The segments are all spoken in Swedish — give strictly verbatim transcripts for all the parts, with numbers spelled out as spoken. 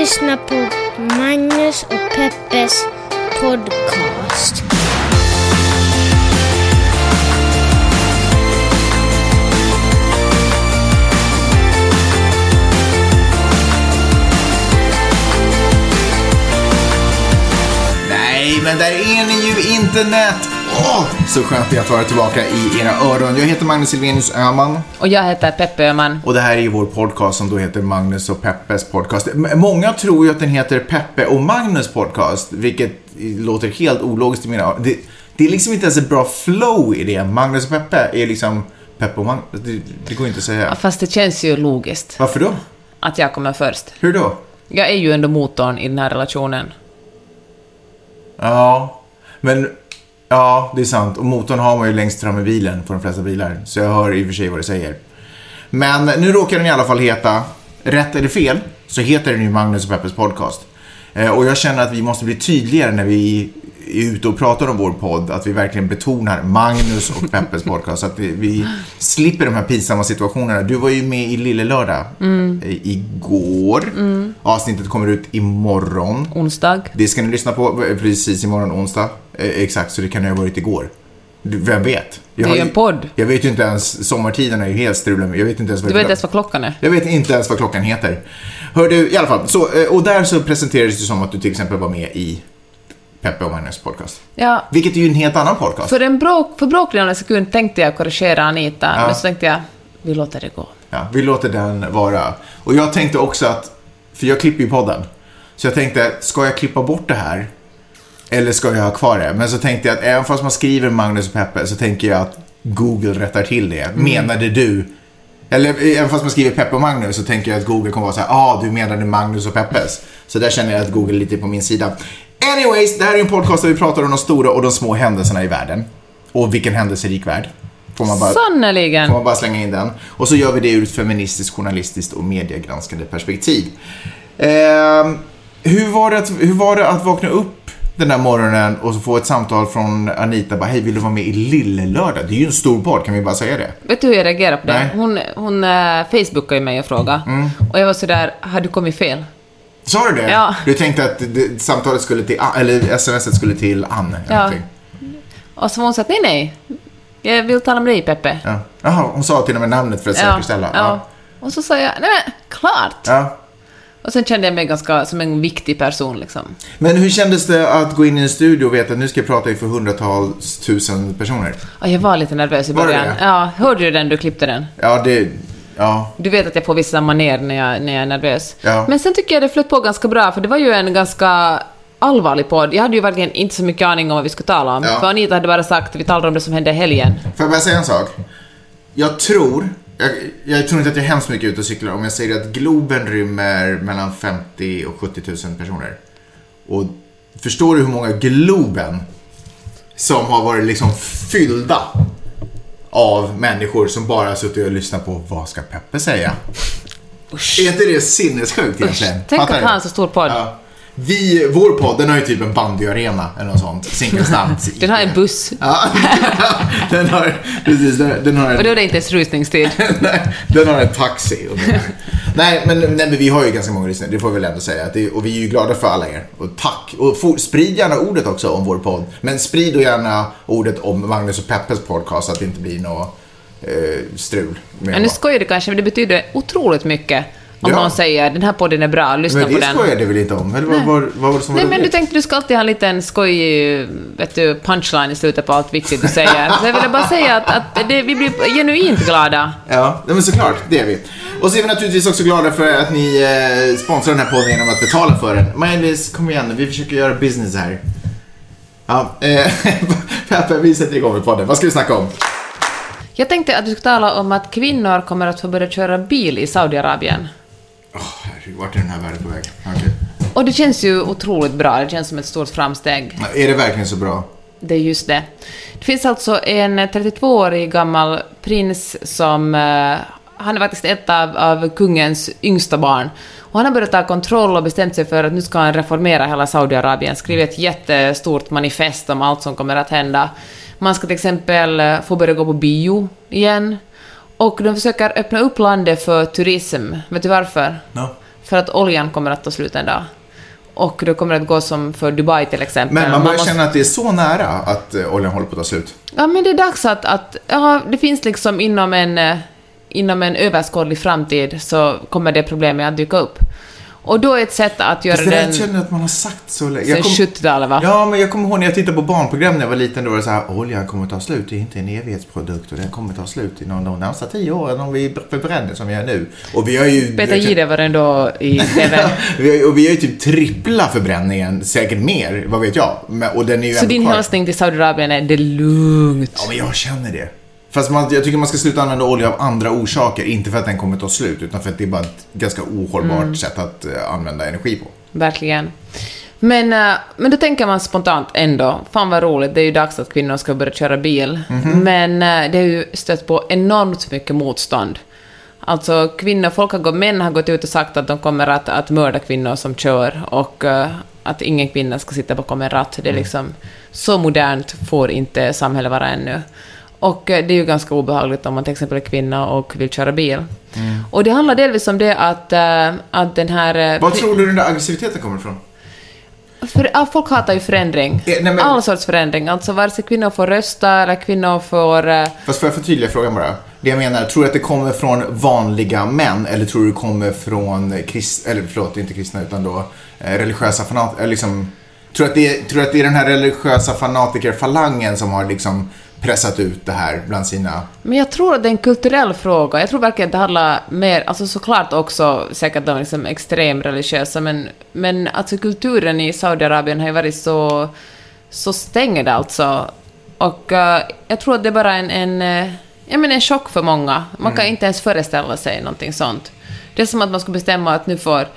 lyssnar på Magnus och Peppes podcast. Nej, men där är ni ju, internet! Åh, så skönt det att vara tillbaka i era öron. Jag heter Magnus Silvenius Öhman. Och jag heter Peppe Öhman. Och det här är ju vår podcast som då heter Magnus och Peppes podcast. Många tror ju att den heter Peppe och Magnus podcast, vilket låter helt ologiskt i mina öron. Det, det är liksom inte ens ett bra flow i det. Magnus och Peppe är liksom Peppe och Magnus. Det, det går inte att säga. Ja, fast det känns ju logiskt. Varför då? Att jag kommer först. Hur då? Jag är ju ändå motorn i den här relationen. Ja, men... Ja, det är sant. Och motorn har man ju längst fram i bilen på de flesta bilar. Så jag hör i och för sig vad du säger. Men nu råkar den i alla fall heta, rätt eller fel, så heter den ju Magnus och Peppes podcast. Eh, och jag känner att vi måste bli tydligare när vi är ute och pratar om vår podd. Att vi verkligen betonar Magnus och Peppes podcast. Så att vi, vi slipper de här pinsamma situationerna. Du var ju med i Lille Lördag mm. eh, igår. Mm. Avsnittet kommer ut imorgon. Onsdag. Det ska ni lyssna på precis imorgon onsdag. Eh, exakt, så det kan ju ha varit igår. Vem vet? Jag det är ju en podd. Jag vet ju inte ens, sommartiden är ju helt strulad. Jag vet inte ens vad Du vet inte ens vad klockan är. Jag vet inte ens vad klockan heter. Hör du, i alla fall. Så, och där så presenterades det som att du till exempel var med i Peppe och Magnus podcast. Ja. Vilket är ju en helt annan podcast. För en bråk, för bråkliga sekund tänkte jag korrigera Anita. Ja. Men så tänkte jag, vi låter det gå. Ja, vi låter den vara. Och jag tänkte också att, för jag klipper ju podden. Så jag tänkte, ska jag klippa bort det här? Eller ska jag ha kvar det? Men så tänkte jag att även fast man skriver Magnus och Peppe så tänker jag att Google rättar till det. Mm. Menade du... Eller även fast man skriver Peppe och Magnus så tänker jag att Google kommer vara så här, ah, du menade Magnus och Peppes. Så där känner jag att Google är lite på min sida. Anyways, det här är en podcast där vi pratar om de stora och de små händelserna i världen. Och vilken händelserik värld. Får man bara, Sannoliken. Får man bara slänga in den. Och så gör vi det ur ett feministiskt, journalistiskt och mediegranskande perspektiv. Eh, hur, var det att, hur var det att vakna upp den där morgonen och så få ett samtal från Anita, bara, hej, vill du vara med i Lille Lördag? Det är ju en stor podd, kan vi bara säga det? Vet du hur jag reagerar på det? Nej. Hon, hon äh, Facebookade ju mig och frågade. Mm. Och jag var sådär, har du kommit fel? Sa du det? Ja. Du tänkte att det, samtalet skulle till, eller smset skulle till Anne? Ja. Och så hon sa, nej, nej. Jag vill tala med dig, Peppe. Ja. Jaha, hon sa till och med namnet för att ja. säkerställa. Ja. Ja. Och så sa jag, nej men, klart. Ja. Och sen kände jag mig ganska som en viktig person liksom. Men hur kändes det att gå in i en studio och veta att nu ska jag prata inför hundratals tusen personer? Ja, jag var lite nervös i början. Ja, hörde du den du klippte den? Ja, det... Ja. Du vet att jag får vissa maner när jag, när jag är nervös. Ja. Men sen tycker jag det flöt på ganska bra, för det var ju en ganska allvarlig podd. Jag hade ju verkligen inte så mycket aning om vad vi skulle tala om. Ja. För Anita hade bara sagt att vi talar om det som hände i helgen. Får jag bara säga en sak? Jag tror... Jag, jag tror inte att jag är hemskt mycket ute och cyklar om jag säger att Globen rymmer mellan femtio och sjuttio tusen personer. Och förstår du hur många Globen som har varit liksom fyllda av människor som bara har suttit och lyssnat på vad ska Peppe säga? Usch. Är inte det sinnessjukt egentligen? Tänk att ha en så stor podd. Ja. Vi, vår podd, den har ju typ en bandyarena eller något sånt. Zinkensdamm. Den har en buss. Ja, den har, precis, den, den har en... Och då är det inte ens rusningstid. Nej, den har en taxi. Och nej, men, nej, men vi har ju ganska många lyssnare, det får vi väl ändå säga. Att det, och vi är ju glada för alla er. Och tack. Och for, sprid gärna ordet också om vår podd. Men sprid då gärna ordet om Magnus och Peppes podcast så att det inte blir något eh, strul. Men nu skojar det kanske, men det betyder otroligt mycket. Om ja. någon säger, den här podden är bra, lyssna på den. Men det skojar det väl inte om? Eller vad, vad, vad var det som var Nej, men roligt? du tänkte du ska alltid ha en liten skoj, vet du, punchline i slutet på allt viktigt du säger. Så jag ville bara säga att, att det, vi blir genuint glada. Ja, men såklart, det är vi. Och så är vi naturligtvis också glada för att ni eh, sponsrar den här podden genom att betala för den. Maja-Lis, kom igen nu, vi försöker göra business här. Ja, eh, Peppe, vi sätter igång med podden. Vad ska vi snacka om? Jag tänkte att du ska tala om att kvinnor kommer att få börja köra bil i Saudiarabien. Åh, oh, herregud, vart är den här världen på väg? Okay. Och det känns ju otroligt bra, det känns som ett stort framsteg. Är det verkligen så bra? Det är just det. Det finns alltså en trettiotvåårig gammal prins som... Uh, han är faktiskt ett av, av kungens yngsta barn. Och han har börjat ta kontroll och bestämt sig för att nu ska han reformera hela Saudiarabien. Skrivit ett jättestort manifest om allt som kommer att hända. Man ska till exempel få börja gå på bio igen. Och de försöker öppna upp landet för turism. Vet du varför? No. för att oljan kommer att ta slut en dag. Och det kommer att gå som för Dubai till exempel. Men man börjar måste... känna att det är så nära att uh, oljan håller på att ta slut. Ja, men det är dags att, att ja, det finns liksom inom en, inom en överskådlig framtid så kommer det problemet att dyka upp. Och då är ett sätt att göra det den... Det känner att man har sagt så länge. Sen kom... sjuttiotalet, va? Ja, men jag kommer ihåg när jag tittade på barnprogram när jag var liten. Då var det så här, oljan kommer att ta slut. Det är inte en evighetsprodukt och den kommer att ta slut inom de närmsta tio åren om vi förbränner som vi gör nu. Och vi har ju... Peter Gide var den då i T V. vi har, och vi har ju typ trippla förbränningen, säkert mer, vad vet jag. Men, och den är ju så din hälsning till Saudiarabien är det är lugnt? Ja, men jag känner det. Fast man, jag tycker man ska sluta använda olja av andra orsaker. Inte för att den kommer ta slut, utan för att det är bara ett ganska ohållbart mm. sätt att uh, använda energi på. Verkligen. Men, uh, men då tänker man spontant ändå, fan vad roligt, det är ju dags att kvinnor ska börja köra bil. Mm-hmm. Men uh, det har ju stött på enormt mycket motstånd. Alltså kvinnor, folk har gått, män har gått ut och sagt att de kommer att, att mörda kvinnor som kör. Och uh, att ingen kvinna ska sitta bakom en ratt. Det är liksom, så modernt får inte samhället vara ännu. Och det är ju ganska obehagligt om man till exempel är kvinna och vill köra bil. Mm. Och det handlar delvis om det att, äh, att den här... Vad tror du den där aggressiviteten kommer ifrån? För, ja, folk hatar ju förändring. Eh, nej, men... All sorts förändring. Alltså vare sig kvinnor får rösta eller kvinnor får... Äh... Fast får jag förtydliga frågan bara? Det jag menar, tror du att det kommer från vanliga män eller tror du det kommer från krist... Eller förlåt, inte kristna utan då eh, religiösa fanatiker? Liksom... Tror du att det är, tror att det är den här religiösa fanatikerfalangen som har liksom... pressat ut det här bland sina... Men jag tror att det är en kulturell fråga. Jag tror verkligen att det handlar mer... Alltså såklart också säkert de liksom extrem religiösa, men, men alltså kulturen i Saudiarabien har ju varit så, så stängd alltså. Och uh, jag tror att det är bara en, en, uh, jag menar en chock för många. Man kan mm. inte ens föreställa sig någonting sånt. Det är som att man skulle bestämma att nu får...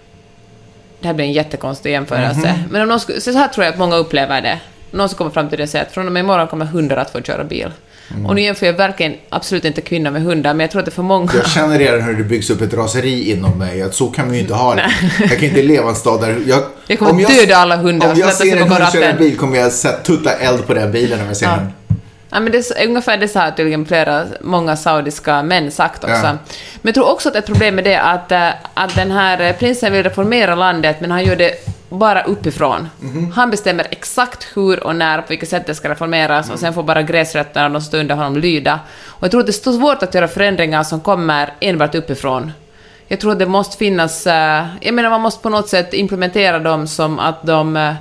Det här blir en jättekonstig jämförelse. Mm-hmm. Men om någon skulle, så här tror jag att många upplever det. Någon som kommer fram till det och säger att från och med imorgon kommer hundar att få köra bil. Mm. Och nu jämför jag verkligen absolut inte kvinnor med hundar, men jag tror att det är för många. Jag känner redan hur det byggs upp ett raseri inom mig. Att så kan man ju inte ha det. Jag kan inte leva en stad där... Jag, jag kommer om jag, döda alla hundar. Om jag ser en hund köra en bil kommer jag sätta tutta eld på den bilen om jag ser ja. den. Ja, men det är ungefär det så här tydligen flera, många saudiska män sagt också. Ja. Men jag tror också att ett problem med det är att, att den här prinsen vill reformera landet, men han gör det bara uppifrån. Mm-hmm. Han bestämmer exakt hur och när, på vilket sätt det ska reformeras mm. och sen får bara gräsrötterna och de står under honom lyda. Och jag tror att det är svårt att göra förändringar som kommer enbart uppifrån. Jag tror att det måste finnas, jag menar man måste på något sätt implementera dem som att de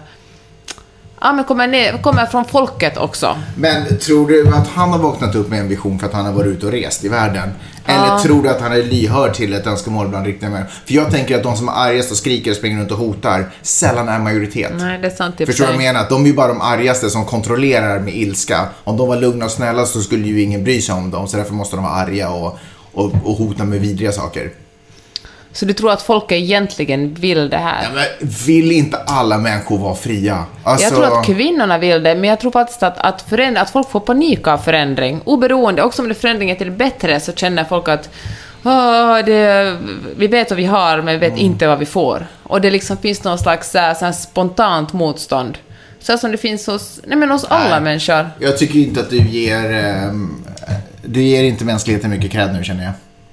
ja, men kommer, ner, kommer från folket också. Men tror du att han har vaknat upp med en vision för att han har varit ute och rest i världen? Eller ja. tror du att han är lyhörd till ett önskemål bland riktiga människor? För jag tänker att de som är argast och skriker och springer runt och hotar sällan är majoritet. Nej, det är sant. Förstår du vad jag menar? Att de är ju bara de argaste som kontrollerar med ilska. Om de var lugna och snälla så skulle ju ingen bry sig om dem. Så därför måste de vara arga och, och, och hota med vidriga saker. Så du tror att folk egentligen vill det här? Ja, men vill inte alla människor vara fria? Alltså... Jag tror att kvinnorna vill det, men jag tror faktiskt att, att, förändra, att folk får panik av förändring. Oberoende, också om det förändringen till det bättre så känner folk att oh, det, vi vet vad vi har, men vi vet mm. inte vad vi får. Och det liksom finns någon slags så här, spontant motstånd. Så som det finns hos, nej, men hos alla nej, människor. Jag tycker inte att du ger, eh, du ger inte mänskligheten mycket cred nu, känner jag.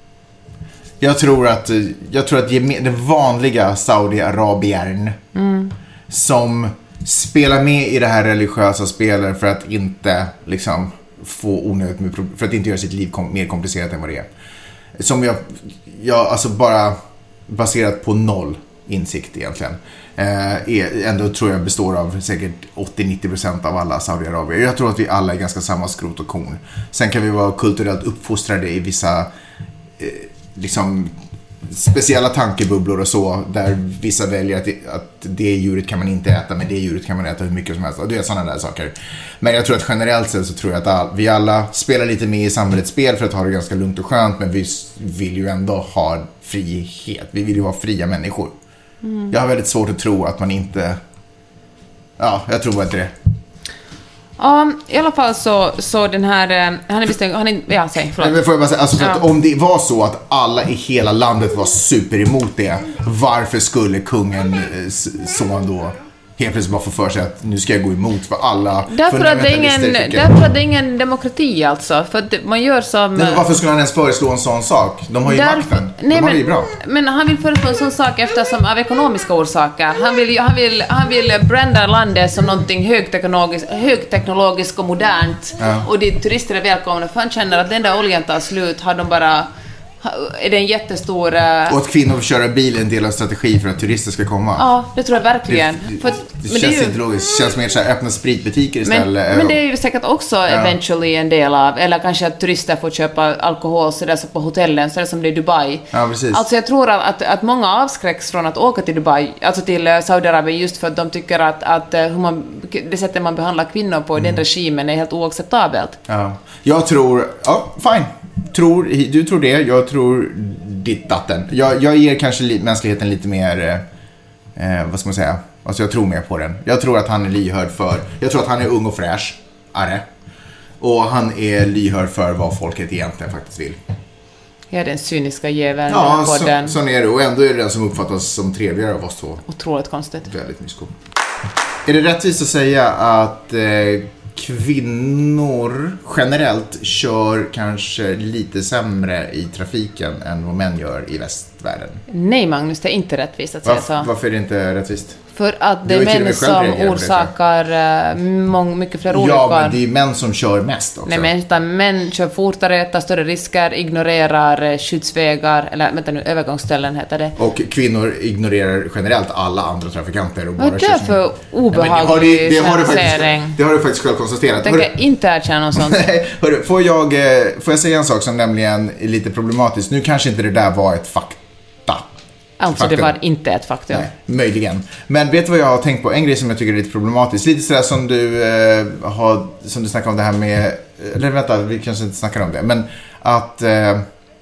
Jag tror att, jag tror att den vanliga Saudiarabien mm. som spelar med i det här religiösa spelet för att inte liksom få onödigt med, för att inte göra sitt liv kom, mer komplicerat än vad det är. Som jag, jag alltså bara baserat på noll insikt egentligen. Eh, är, ändå tror jag består av säkert åttio till nittio procent av alla Saudiarabier. Jag tror att vi alla är ganska samma skrot och korn. Sen kan vi vara kulturellt uppfostrade i vissa eh, liksom speciella tankebubblor och så där vissa väljer att, att det djuret kan man inte äta men det djuret kan man äta hur mycket som helst och det är sådana där saker. Men jag tror att generellt sett så tror jag att all, vi alla spelar lite med i samhällets spel för att ha det ganska lugnt och skönt, men vi vill ju ändå ha frihet. Vi vill ju vara fria människor. Mm. Jag har väldigt svårt att tro att man inte ja, jag tror inte det. Ja, i alla fall så, så den här han är bestämd, han är, ja, säg, förlåt. Men får jag bara säga, alltså för att ja. om det var så att alla i hela landet var super emot det, varför skulle kungen son då helt plötsligt bara får för sig att nu ska jag gå emot vad alla därför att det är ingen tycker. Därför att det är ingen demokrati alltså. För att man gör som... Nej, men varför skulle han ens föreslå en sån sak? De har ju Därför, makten. De nej, har men, det ju bra. Men han vill föreslå en sån sak eftersom av ekonomiska orsaker. Han vill, han vill, han vill branda landet som någonting högteknologiskt, högteknologiskt och modernt. Ja. Och dit turister är välkomna. För han känner att den där oljan tar slut har de bara... Är det en jättestor... Uh... Och att kvinnor köra bil är en del av strategi för att turister ska komma. Ja, det tror jag verkligen. Det, för, det, det men känns det är ju... inte logiskt. Det känns mer så här öppna spritbutiker istället. Men, men det är ju säkert också ja. eventually en del av, eller kanske att turister får köpa alkohol så där så på hotellen, så där som det är i Dubai. Ja, precis. Alltså jag tror att, att många avskräcks från att åka till Dubai, alltså till Saudiarabien, just för att de tycker att, att hur man, det sättet man behandlar kvinnor på i mm. den regimen är helt oacceptabelt. Ja. Jag tror, ja, fine. Tror, du tror det, jag tror ditt datten. Jag, jag ger kanske li, mänskligheten lite mer, eh, vad ska man säga, alltså jag tror mer på den. Jag tror att han är lyhörd för, jag tror att han är ung och fräsch, arre. Och han är lyhörd för vad folket egentligen faktiskt vill. Ja, den cyniska jäveln. Ja, så, så är det. Och ändå är det den som uppfattas som trevligare av oss två. Otroligt konstigt. Väldigt mysko. Är det rättvist att säga att eh, kvinnor generellt kör kanske lite sämre i trafiken än vad män gör i västvärlden? Nej, Magnus, det är inte rättvist att säga så. Varför är det inte rättvist? För att det är män som orsakar mång, mycket fler olyckor. Ja, men det är män som kör mest också. Nej, men utan män kör fortare, tar större risker, ignorerar skyddsvägar, eller vänta nu, övergångsställen heter det. Och kvinnor ignorerar generellt alla andra trafikanter. Och bara vad är det för obehaglig ja, det, det, har du faktiskt, det har du faktiskt själv konstaterat. Jag tänker inte erkänna något sånt. Nej, hörru, får, jag, får jag säga en sak som nämligen är lite problematisk? Nu kanske inte det där var ett fakta. Alltså faktum. Det var inte ett faktum. Nej, möjligen. Men vet du vad jag har tänkt på? En grej som jag tycker är lite problematisk. Lite sådär som du eh, har, som du snackade om det här med, eller vänta, vi kanske inte snackar om det. Men att, eh,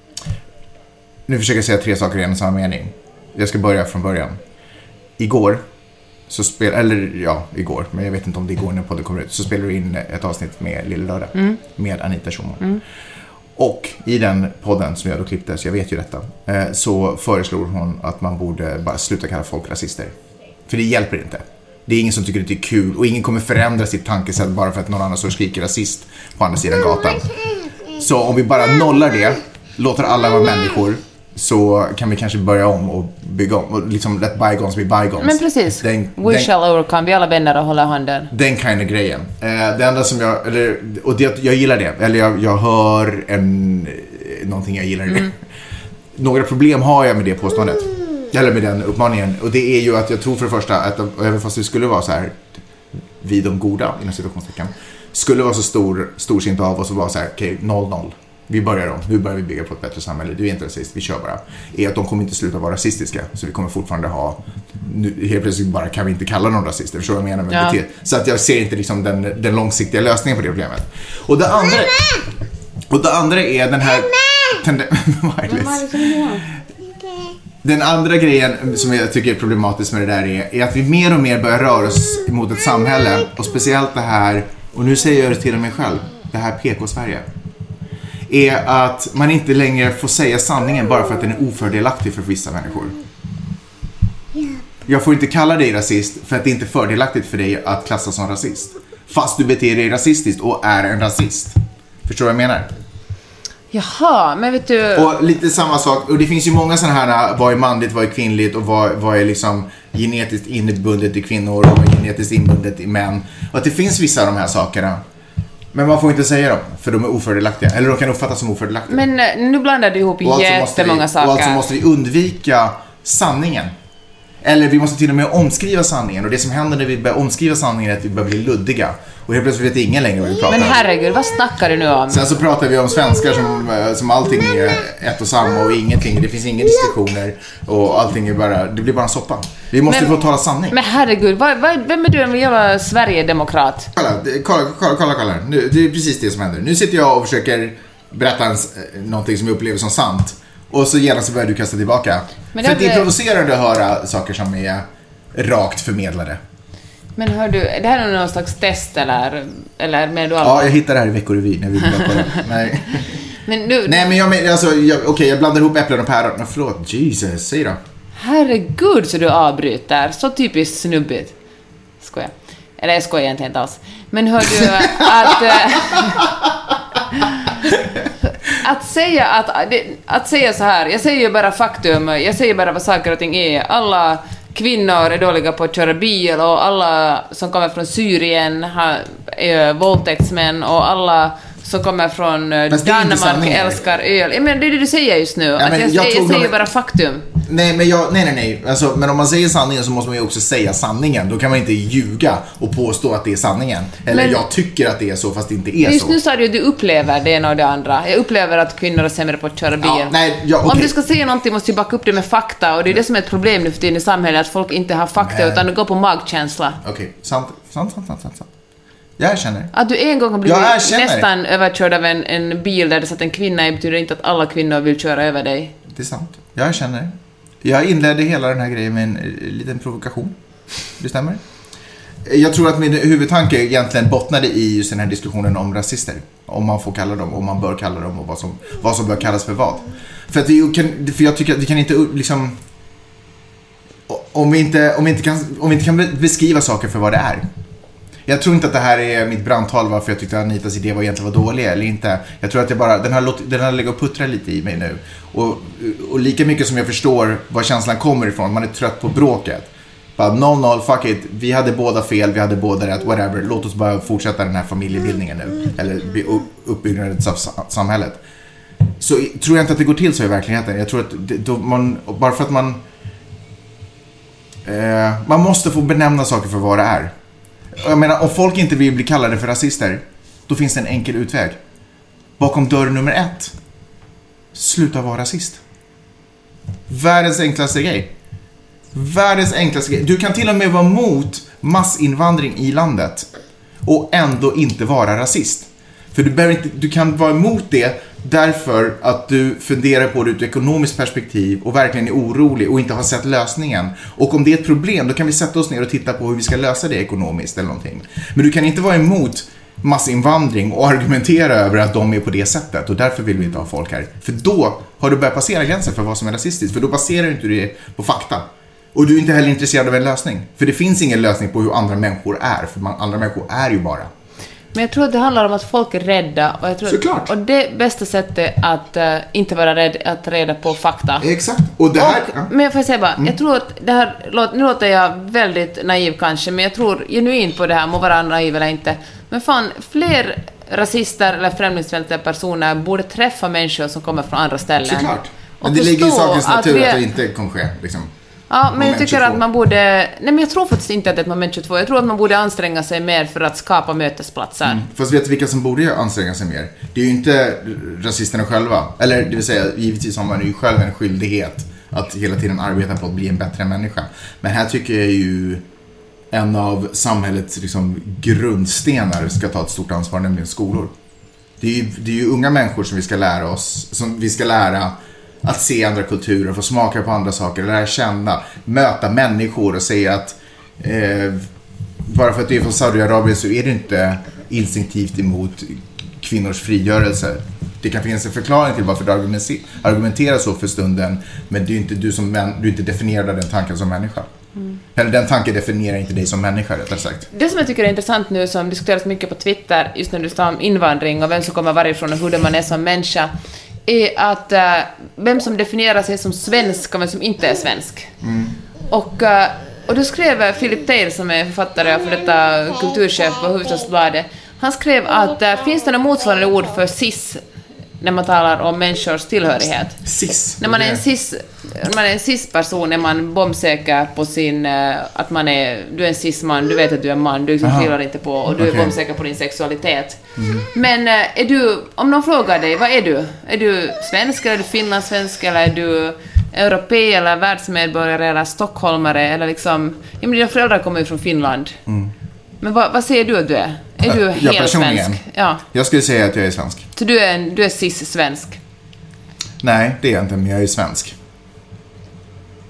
nu försöker jag säga tre saker i en och samma mening. Jag ska börja från början. Igår, så spel, eller ja, igår, men jag vet inte om det är igår när podden kommer ut, så spelar du in ett avsnitt med Lille Lördag. Mm. Med Anita Schumann. Mm. Och i den podden som jag då klippte, så jag vet ju detta, så föreslår hon att man borde bara sluta kalla folk rasister. För det hjälper inte. Det är ingen som tycker att det är kul och ingen kommer förändra sitt tankesätt bara för att någon annan så skriker rasist på andra sidan gatan. Så om vi bara nollar det, låter alla vara människor, så kan vi kanske börja om och bygga om och liksom let bygons be bygons. Men precis, den, we den, shall overcome, vi alla vänner och håller handen. Den kind of grejen. Eh, det enda som jag, eller, och det, jag gillar det, eller jag, jag hör en, någonting jag gillar i det. Mm. Några problem har jag med det påståendet, eller med den uppmaningen, och det är ju att jag tror för det första att även fast det skulle vara så här vi de goda, inom situationstecken, skulle vara så stor, storsint av oss och vara så här, okej, okay, noll noll. Vi börjar om, nu börjar vi bygga på ett bättre samhälle. Du är inte rasist, vi kör bara. Är att de kommer inte sluta vara rasistiska. Så vi kommer fortfarande ha, nu, helt plötsligt bara kan vi inte kalla någon rasister. Förstår du vad jag menar med ja. beteende? Så att jag ser inte liksom den, den långsiktiga lösningen på det problemet. Och det andra, och det andra är den här... Tende- den andra grejen som jag tycker är problematisk med det där är, är att vi mer och mer börjar röra oss mot ett samhälle. Och speciellt det här, och nu säger jag det till och med själv, det här P K-Sverige. Är att man inte längre får säga sanningen bara för att den är ofördelaktig för vissa människor. Jag får inte kalla dig rasist för att det inte är fördelaktigt för dig att klassas som rasist. Fast du beter dig rasistiskt och är en rasist. Förstår du vad jag menar? Jaha, men vet du... Och lite samma sak, och det finns ju många sådana här, vad är manligt, vad är kvinnligt och vad, vad är liksom genetiskt inbundet i kvinnor och vad är genetiskt inbundet i män. Och att det finns vissa av de här sakerna. Men man får inte säga dem, för de är ofördelaktiga. Eller de kan uppfattas som ofördelaktiga. Men nu blandar du ihop jättemånga saker. Och alltså måste vi undvika sanningen. Eller vi måste till och med omskriva sanningen. Och det som händer när vi börjar omskriva sanningen är att vi börjar bli luddiga. Och helt plötsligt vet ingen längre vad vi pratar om. Men herregud, vad snackar du nu om? Sen så pratar vi om svenskar som, som allting är ett och samma och ingenting. Det finns inga diskussioner och allting är bara, det blir bara en soppa. Vi måste men, få tala sanning. Men herregud, vad, vad, vem är du en jävla Sverigedemokrat? Kolla, kolla, kolla, kolla, kolla. Nu, det är precis det som händer. Nu sitter jag och försöker berätta en, någonting som jag upplever som sant. Och så gärna så börjar du kasta tillbaka. Men det För det är provocerande att höra saker som är rakt förmedlade. Men hör du, det här är någon slags test eller, eller med du Ja, jag hittar det här i Veckorevyn när vi börjar på det. Nej. Men du, Nej, men jag, alltså, jag, okej, okay, jag blandar ihop äpplen och päron. Men förlåt, Jesus, säg då. Herregud, så du avbryter. Så typiskt snubbigt. Skoja. Eller jag skojar egentligen inte alls. Men hör du att... äh, att säga att, att säga så här, jag säger ju bara faktum, jag säger bara vad saker och ting är. Alla kvinnor är dåliga på att köra bil och alla som kommer från Syrien har, är våldtäktsmän och alla som kommer från Danmark älskar öl. Ja, men det är det du säger just nu. Ja, att jag, jag, jag, jag säger man... bara faktum. Nej, men jag, nej, nej, nej. Alltså, men om man säger sanningen så måste man ju också säga sanningen. Då kan man inte ljuga och påstå att det är sanningen. Eller men, jag tycker att det är så fast det inte är just så. Just nu sa du att du upplever det ena och det andra. Jag upplever att kvinnor är sämre på att köra bil. Ja, nej, ja, okay. Om du ska säga någonting måste du backa upp det med fakta. Och det är det som är ett problem nu för tiden i samhället. Att folk inte har fakta nej. Utan de går på magkänsla. Okej, okay. sant, sant, sant, sant, sant. Jag erkänner. Att du en gång har blivit nästan överkörd av en, en bil där det satt en kvinna i betyder inte att alla kvinnor vill köra över dig. Det är sant. Jag erkänner. Jag inledde hela den här grejen med en, en liten provokation. Det stämmer. Jag tror att min huvudtanke egentligen bottnade i just den här diskussionen om rasister. Om man får kalla dem, om man bör kalla dem och vad som, vad som bör kallas för vad. För, att vi kan, för jag tycker att vi kan inte liksom... Om vi inte, om vi inte, kan, om vi inte kan beskriva saker för vad det är. Jag tror inte att det här är mitt brandtal varför jag tyckte att Anitas idé var egentligen var dålig eller inte. Jag tror att jag bara, den har, den har legat och puttrat lite i mig nu. Och, och lika mycket som jag förstår var känslan kommer ifrån, man är trött på bråket. Bara noll noll, fuck it, vi hade båda fel, vi hade båda rätt, whatever. Låt oss bara fortsätta den här familjebildningen nu. Eller uppbyggnaden av samhället. Så tror jag inte att det går till så i verkligheten. Jag tror att det, då man, bara för att man... Eh, man måste få benämna saker för vad det är. Jag menar, om folk inte vill bli kallade för rasister, då finns det en enkel utväg. Bakom dörr nummer ett. Sluta vara rasist. Världens enklaste grej. Världens enklaste grej. Du kan till och med vara mot massinvandring i landet och ändå inte vara rasist. För du, behöver inte, du kan vara emot det därför att du funderar på det ur ett ekonomiskt perspektiv och verkligen är orolig och inte har sett lösningen. Och om det är ett problem, då kan vi sätta oss ner och titta på hur vi ska lösa det ekonomiskt eller någonting. Men du kan inte vara emot massinvandring och argumentera över att de är på det sättet och därför vill vi inte ha folk här. För då har du börjat passera gränsen för vad som är rasistiskt, för då baserar du inte det på fakta. Och du är inte heller intresserad av en lösning. För det finns ingen lösning på hur andra människor är, för man, andra människor är ju bara. Men jag tror att det handlar om att folk är rädda. Och, jag tror att, och det bästa sättet att uh, inte vara rädd att reda på fakta. Exakt. Och det här, och, ja. Men jag får säga bara, mm. jag tror att det här, nu låter jag väldigt naiv kanske, men jag tror genuint på det här, om att vara naiv eller inte. Men fan, fler rasister eller främlingsfientliga personer borde träffa människor som kommer från andra ställen. Såklart. Men det ligger i sakens natur att, vi, att det inte kommer ske, liksom. Ja, men jag tycker att man borde... Nej, men jag tror faktiskt inte att det är ett moment tjugotvå. Jag tror att man borde anstränga sig mer för att skapa mötesplatser. Mm. Fast vet du vilka som borde anstränga sig mer? Det är ju inte rasisterna själva. Eller det vill säga, givetvis har man ju själv en skyldighet att hela tiden arbeta på att bli en bättre människa. Men här tycker jag ju en av samhällets liksom, grundstenar ska ta ett stort ansvar, nämligen skolor. Det är ju, det är ju unga människor som vi ska lära oss, som vi ska lära att se andra kulturer, få smaka på andra saker, lära känna, möta människor och säga att eh, bara för att du är från Saudiarabien så är du inte instinktivt emot kvinnors frigörelse. Det kan finnas en förklaring till varför du argumenterar så för stunden, men det är inte du som män, du är inte definierad av den tanken som människa. Mm. Eller den tanken definierar inte dig som människa, rättare sagt. Det som jag tycker är intressant nu, som diskuteras mycket på Twitter, just när du står om invandring och vem som kommer varifrån och hur man är som människa, är att uh, vem som definierar sig som svensk och vem som inte är svensk. Mm. Och, uh, och då skrev Philip Taylor, som är författare för detta kulturchef på Hufvudstadsbladet, han skrev att uh, finns det några motsvarande ord för cis när man talar om människors tillhörighet? Cis? När man är en cis, när man är en cis-person är man bombsäker på sin... Uh, att man är... Du är en cis-man, du vet att du är en man, du liksom trillar inte på och du okay. är bombsäker på din sexualitet. Mm. Men uh, är du... Om någon frågar dig, vad är du? Är du svensk, eller är du finlandssvensk, eller är du europé, eller världsmedborgare, eller stockholmare, eller liksom... Ja, men dina föräldrar kommer ju från Finland. Mm. Men vad, vad säger du att du är? Är du helt jag svensk? Ja. Jag skulle säga att jag är svensk. Så du är, en, du är cis-svensk? Nej, det är jag inte, men jag är svensk.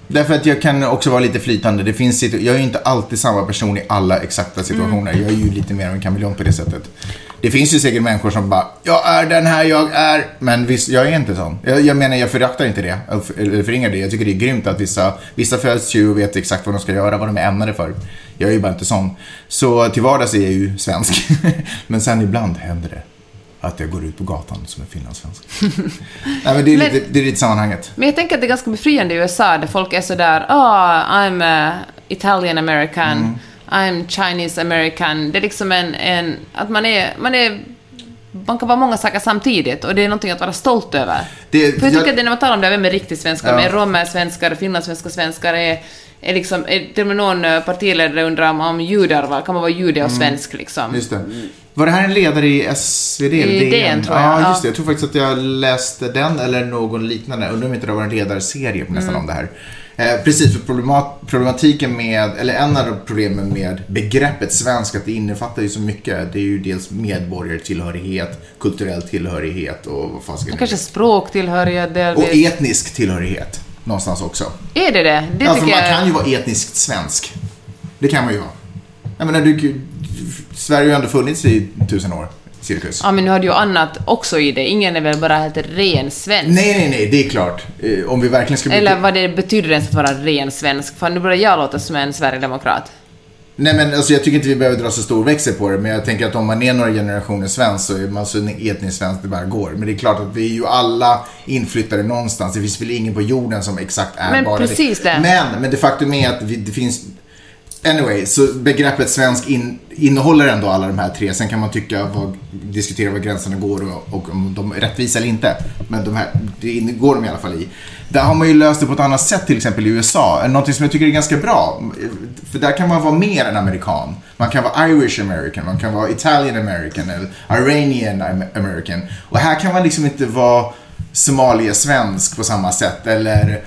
Därför att jag kan också vara lite flytande. Det finns situ- jag är ju inte alltid samma person i alla exakta situationer. Mm. Jag är ju lite mer av en kameleont på det sättet. Det finns ju säkert människor som bara, jag är den här jag är. Men visst, jag är inte sån. Jag, jag menar, jag föraktar inte det. Eller förringar det. Jag tycker det är grymt att vissa, vissa föds ju och vet exakt vad de ska göra, vad de är ämnade för. Jag är ju bara inte sån. Så till vardags är jag ju svensk. Men sen ibland händer det att jag går ut på gatan som en finlandssvensk. Nej, men det är, men, lite, det är lite sammanhanget. Men jag tänker att det är ganska befriande i U S A där folk är så där, oh, I'm uh, Italian American, mm. I'm Chinese American. Det är liksom en, en att man är, man är man kan vara många saker samtidigt och det är någonting att vara stolt över. Det, För jag tycker jag, att det när man talar om det, vem är riktigt svenskar, ja. med romer, svenskar, finlandssvenska svenskar är är liksom, är till och med någon partiledare undrar om, om judar, va? Kan man vara jude och svensk liksom. Just det. Var det här en ledare i S V D? I D N, tror jag. Ja, just det. Jag tror faktiskt att jag läste den eller någon liknande. Undrar om inte det var en ledarserie på nästan mm. om det här. Eh, precis, för problemat- problematiken med, eller en av problemen med begreppet svensk, att det innefattar ju så mycket. Det är ju dels medborgartillhörighet, kulturell tillhörighet och vad fan ska det kanske språktillhörighet. Delvis. Och etnisk tillhörighet någonstans också. Är det det? det ja, för man jag... kan ju vara etniskt svensk. Det kan man ju vara. Jag menar, du, Sverige har ju ändå funnits i tusen år. Cirkus. Ja, men nu har du ju annat också i det. Ingen är väl bara helt ren svensk. Nej, nej, nej, det är klart. Eh, om vi verkligen ska... Eller vad det betyder ens att vara ren svensk. För nu börjar jag låta som en Sverigedemokrat. Nej, men alltså, jag tycker inte vi behöver dra så stor växel på det. Men jag tänker att om man är några generationer svensk så är man så etniskt svensk det bara går. Men det är klart att vi är ju alla inflyttade någonstans. Det finns väl ingen på jorden som exakt är men bara precis det. det. Men, men det faktum är att vi, det finns... Anyway, så begreppet svensk in, innehåller ändå alla de här tre. Sen kan man tycka, vad, diskutera vad gränserna går och, och om de är rättvisa eller inte. Men de här, det går de i alla fall i. Där har man ju löst det på ett annat sätt, till exempel i U S A. Något som jag tycker är ganska bra. För där kan man vara mer än amerikan. Man kan vara Irish American, man kan vara Italian American eller Iranian American. Och här kan man liksom inte vara Somalia-svensk på samma sätt. Eller...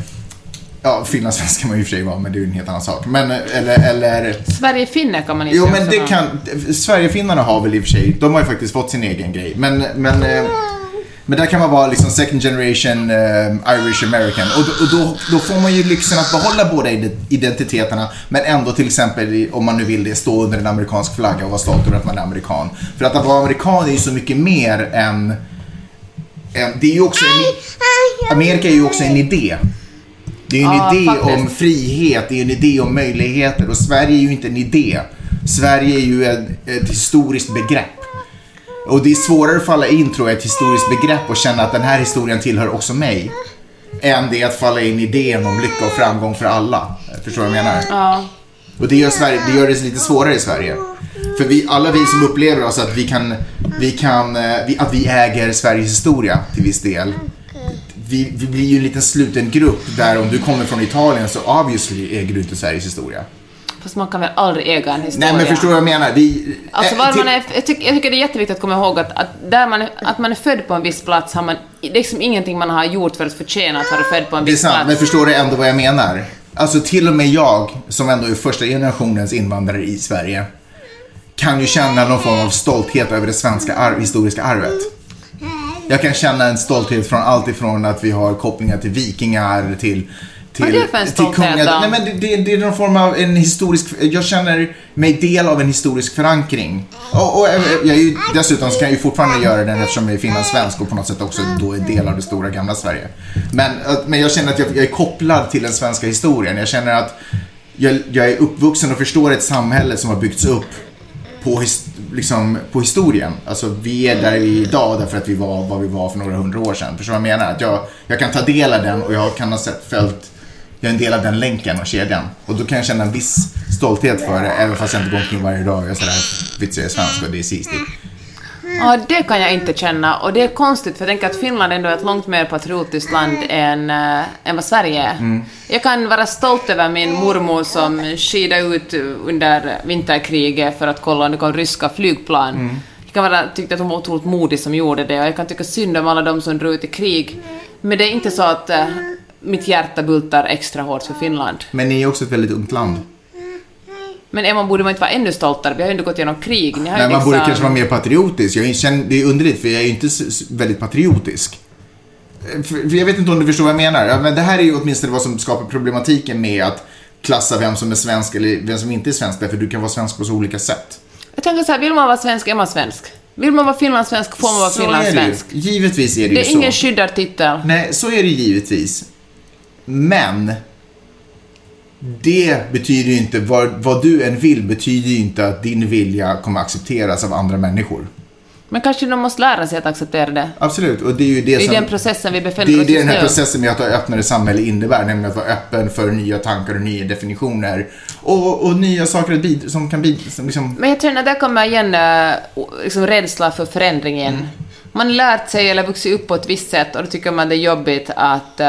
Ja, finlandssvenska kan man ju i och för sig vara, men det är ju en helt annan sak. Men, eller, eller... Sverigefinnar kan man inte. Jo, men det kan... Sverigefinnarna har väl i och för sig... De har ju faktiskt fått sin egen grej. Men, men, men där kan man vara liksom second generation uh, Irish American. Och, då, och då, då får man ju lyxen att behålla båda identiteterna. Men ändå till exempel, om man nu vill det, stå under en amerikansk flagga och vara stolt över att man är amerikan. För att att vara amerikan är ju så mycket mer än... än det är ju också en, Amerika är ju också en idé. Det är ju en ja, idé faktiskt. Om frihet, det är en idé om möjligheter. Och Sverige är ju inte en idé. Sverige är ju ett, ett historiskt begrepp. Och det är svårare att falla in, tror jag, ett historiskt begrepp och känna att den här historien tillhör också mig. Än det att falla in i idén om lycka och framgång för alla. Förstår du vad jag menar? Ja. Och det gör, Sverige, det gör det lite svårare i Sverige. För vi, alla vi som upplever oss att vi kan, vi kan vi, att vi äger Sveriges historia till viss del. Vi, vi blir ju en liten sluten grupp där om du kommer från Italien så obviously äger du inte Sveriges historia. Fast man kan väl aldrig äga en historia. Nej, men förstår du vad jag menar? Vi, alltså, var man är, jag, tycker, jag tycker det är jätteviktigt att komma ihåg att, att, där man är, att man är född på en viss plats har man, det är liksom ingenting man har gjort för att förtjäna att vara född på en viss det är sant, plats. Men förstår du ändå vad jag menar? Alltså till och med jag, som ändå är första generationens invandrare i Sverige, kan ju känna någon form av stolthet över det svenska arv, historiska arvet. Jag kan känna en stolthet från allt ifrån att vi har kopplingar till vikingar till till vad är det för en stolthet då? Nej, men det, det, det är någon form av en historisk, jag känner mig del av en historisk förankring. Och, och jag är ju, dessutom så kan jag ju fortfarande göra den eftersom jag är finlandssvensk och på något sätt också då är del av det stora gamla Sverige. Men, men jag känner att jag, jag är kopplad till den svenska historien. Jag känner att jag, jag är uppvuxen och förstår ett samhälle som har byggts upp på, liksom, på historien. Alltså vi är där vi är idag därför att vi var vad vi var för några hundra år sedan. Förstår du vad jag menar? Att jag, jag kan ta del av den och jag kan ha sett följt, jag är en del av den länken och kedjan. Och då kan jag känna en viss stolthet för det, även fast jag inte går omkring varje dag och jag sådär vitsar jag svensk och det är sistigt. Ja, det kan jag inte känna. Och det är konstigt, för jag tänker att Finland ändå är ett långt mer patriotiskt land än, äh, än vad Sverige är. Mm. Jag kan vara stolt över min mormor som skidade ut under vinterkriget för att kolla om det kom ryska flygplan. Mm. Jag kan vara, tyckte att hon var otroligt modig som gjorde det. Och jag kan tycka synd om alla de som drog ut i krig. Men det är inte så att äh, mitt hjärta bultar extra hårt för Finland. Men ni är också ett väldigt ungt land. Men Emma, borde man inte vara ännu stoltare? Vi har ju inte gått igenom krig. Ni har Nej, liksom... man borde kanske vara mer patriotisk. Jag känner, det är underligt för jag är ju inte väldigt patriotisk. För jag vet inte om du förstår vad jag menar. Men det här är ju åtminstone vad som skapar problematiken med att klassa vem som är svensk eller vem som inte är svensk. Därför du kan vara svensk på så olika sätt. Jag tänker så här, vill man vara svensk är man svensk. Vill man vara finlandssvensk får man vara så finlandssvensk. Är det ju. Givetvis är det, det ju så. Det är ingen skyddad titel. Nej, så är det givetvis. Men det betyder ju inte, vad, vad du än vill betyder ju inte att din vilja kommer accepteras av andra människor. Men kanske de måste lära sig att acceptera det. Absolut, och det är ju det, det är som... den processen vi befinner oss i. Det är det den här processen med att ha öppnare samhälle innebär, nämligen att vara öppen för nya tankar och nya definitioner. Och, och nya saker att bid- som kan bidra. Liksom... Men jag tror att där kommer igen liksom, rädsla för förändringen. Mm. Man har lärt sig eller vuxit upp på ett visst sätt och då tycker man det är jobbigt att,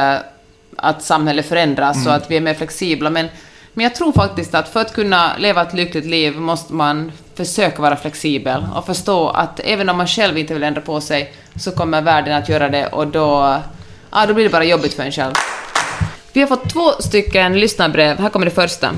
att samhället förändras mm. så att vi är mer flexibla. Men, men jag tror faktiskt att för att kunna leva ett lyckligt liv måste man försöka vara flexibel och förstå att även om man själv inte vill ändra på sig så kommer världen att göra det och då, ja, då blir det bara jobbigt för en själv. Vi har fått två stycken lyssnarbrev. Här kommer det första.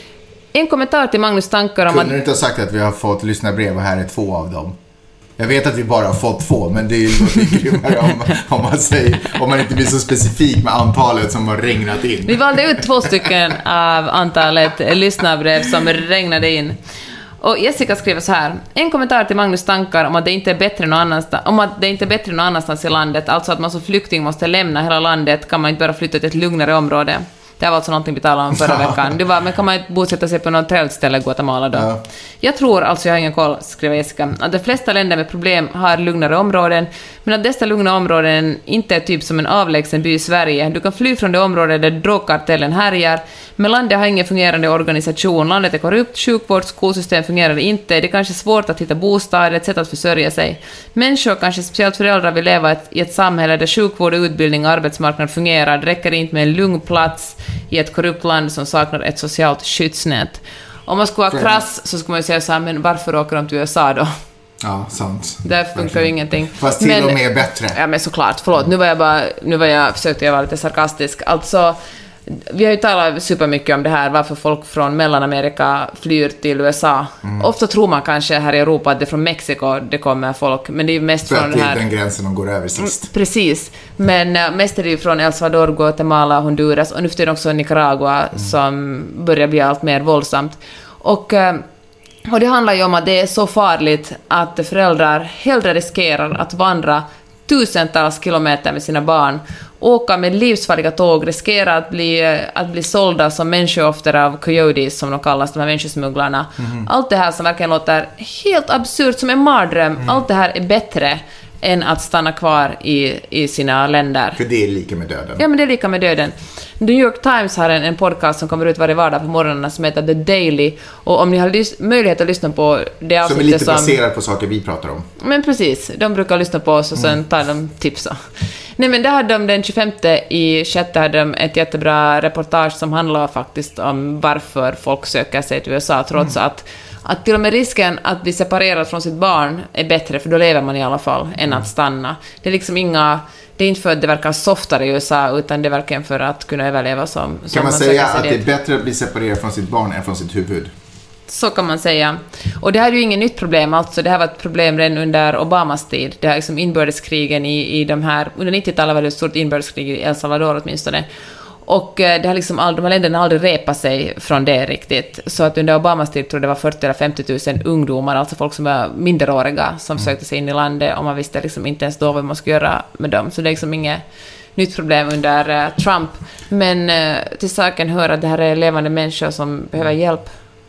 En kommentar till Magnus tankar om Kunde att... du inte ha sagt att vi har fått lyssnarbrev och här är två av dem? Jag vet att vi bara har fått två, men det är ju mycket grymmare om, om, man säger, om man inte blir så specifik med antalet som har regnat in. Vi valde ut två stycken av antalet lyssnarbrev som regnade in. Och Jessica skriver så här. En kommentar till Magnus tankar om att det inte är bättre någon annanstans, om att det inte är bättre någon annanstans i landet, alltså att man som flykting måste lämna hela landet, kan man inte bara flytta till ett lugnare område. Det var alltså någonting vi talade om förra veckan. Det var, men kan man inte bosätta sig på något tältställe i Guatemala då? Ja. Jag tror, alltså jag har ingen koll, skriver Jessica, att de flesta länder med problem har lugnare områden, men att dessa lugna områden inte är typ som en avlägsen by i Sverige. Du kan fly från det område där drogkartellen härjar, men landet har ingen fungerande organisation, landet är korrupt, sjukvård, skolsystem fungerar inte, det är kanske svårt att hitta bostad, ett sätt att försörja sig. Människor, kanske speciellt föräldrar, vill leva ett, i ett samhälle där sjukvård, utbildning och arbetsmarknad fungerar. Det räcker inte med en lugn plats i ett korrupt land som saknar ett socialt skyddsnät. Om man skulle vara krass så skulle man ju säga så här, men varför åker de till U S A då? Ja, sant. Där funkar verkligen ju ingenting. Fast till men, och med bättre. Ja, men såklart. Förlåt, nu var jag bara, nu var jag, försökte jag vara lite sarkastisk. Alltså, vi har ju talat supermycket om det här, varför folk från Mellanamerika flyr till U S A. Mm. Ofta tror man kanske här i Europa att det är från Mexiko det kommer folk, men det är ju mest för från det det här... den gränsen de går över sist. Precis, men uh, mest är det ju från El Salvador, Guatemala, Honduras och nu för det också Nicaragua mm. som börjar bli allt mer våldsamt. Och... Uh, Och det handlar ju om att det är så farligt att föräldrar hellre riskerar att vandra tusentals kilometer med sina barn, åka med livsfarliga tåg, riskerar att bli, att bli sålda som människooffer av coyotes, som de kallas, de här människosmugglarna. Mm. Allt det här som verkligen låter helt absurt, som en mardröm, mm. allt det här är bättre än att stanna kvar i, i sina länder. För det är lika med döden. Ja, men det är lika med döden. The New York Times har en, en podcast som kommer ut varje vardag på morgonen som heter The Daily. Och om ni har lys- möjlighet att lyssna på det avsnittet som... är lite baserat på saker vi pratar om. Men precis, de brukar lyssna på oss och sen tar de tips. Nej, men där hade de den tjugofemte i sjätte hade de ett jättebra reportage som handlar faktiskt om varför folk söker sig till U S A trots mm. att Att till och med risken att bli separerad från sitt barn är bättre, för då lever man i alla fall, mm. än att stanna. Det är liksom inga... Det är inte för att det verkar softare i U S A, utan det är verkligen för att kunna överleva som... Kan som man, man säga att det är bättre att bli separerad från sitt barn än från sitt huvud? Så kan man säga. Och det här är ju inget nytt problem, alltså. Det här var ett problem redan under Obamas tid. Det här liksom inbördeskrigen i, i de här... Under nittiotalet var det ett stort inbördeskrig i El Salvador åtminstone. Och det har liksom all, de här länderna aldrig repat sig från det riktigt. Så att under Obamas tid tror jag det var fyrtio eller femtio tusen ungdomar, alltså folk som var minderåriga, som mm. sökte sig in i landet, och man visste liksom inte ens då vad man skulle göra med dem. Så det är liksom inget nytt problem under uh, Trump. Men uh, till saken hör att det här är levande människor som behöver hjälp.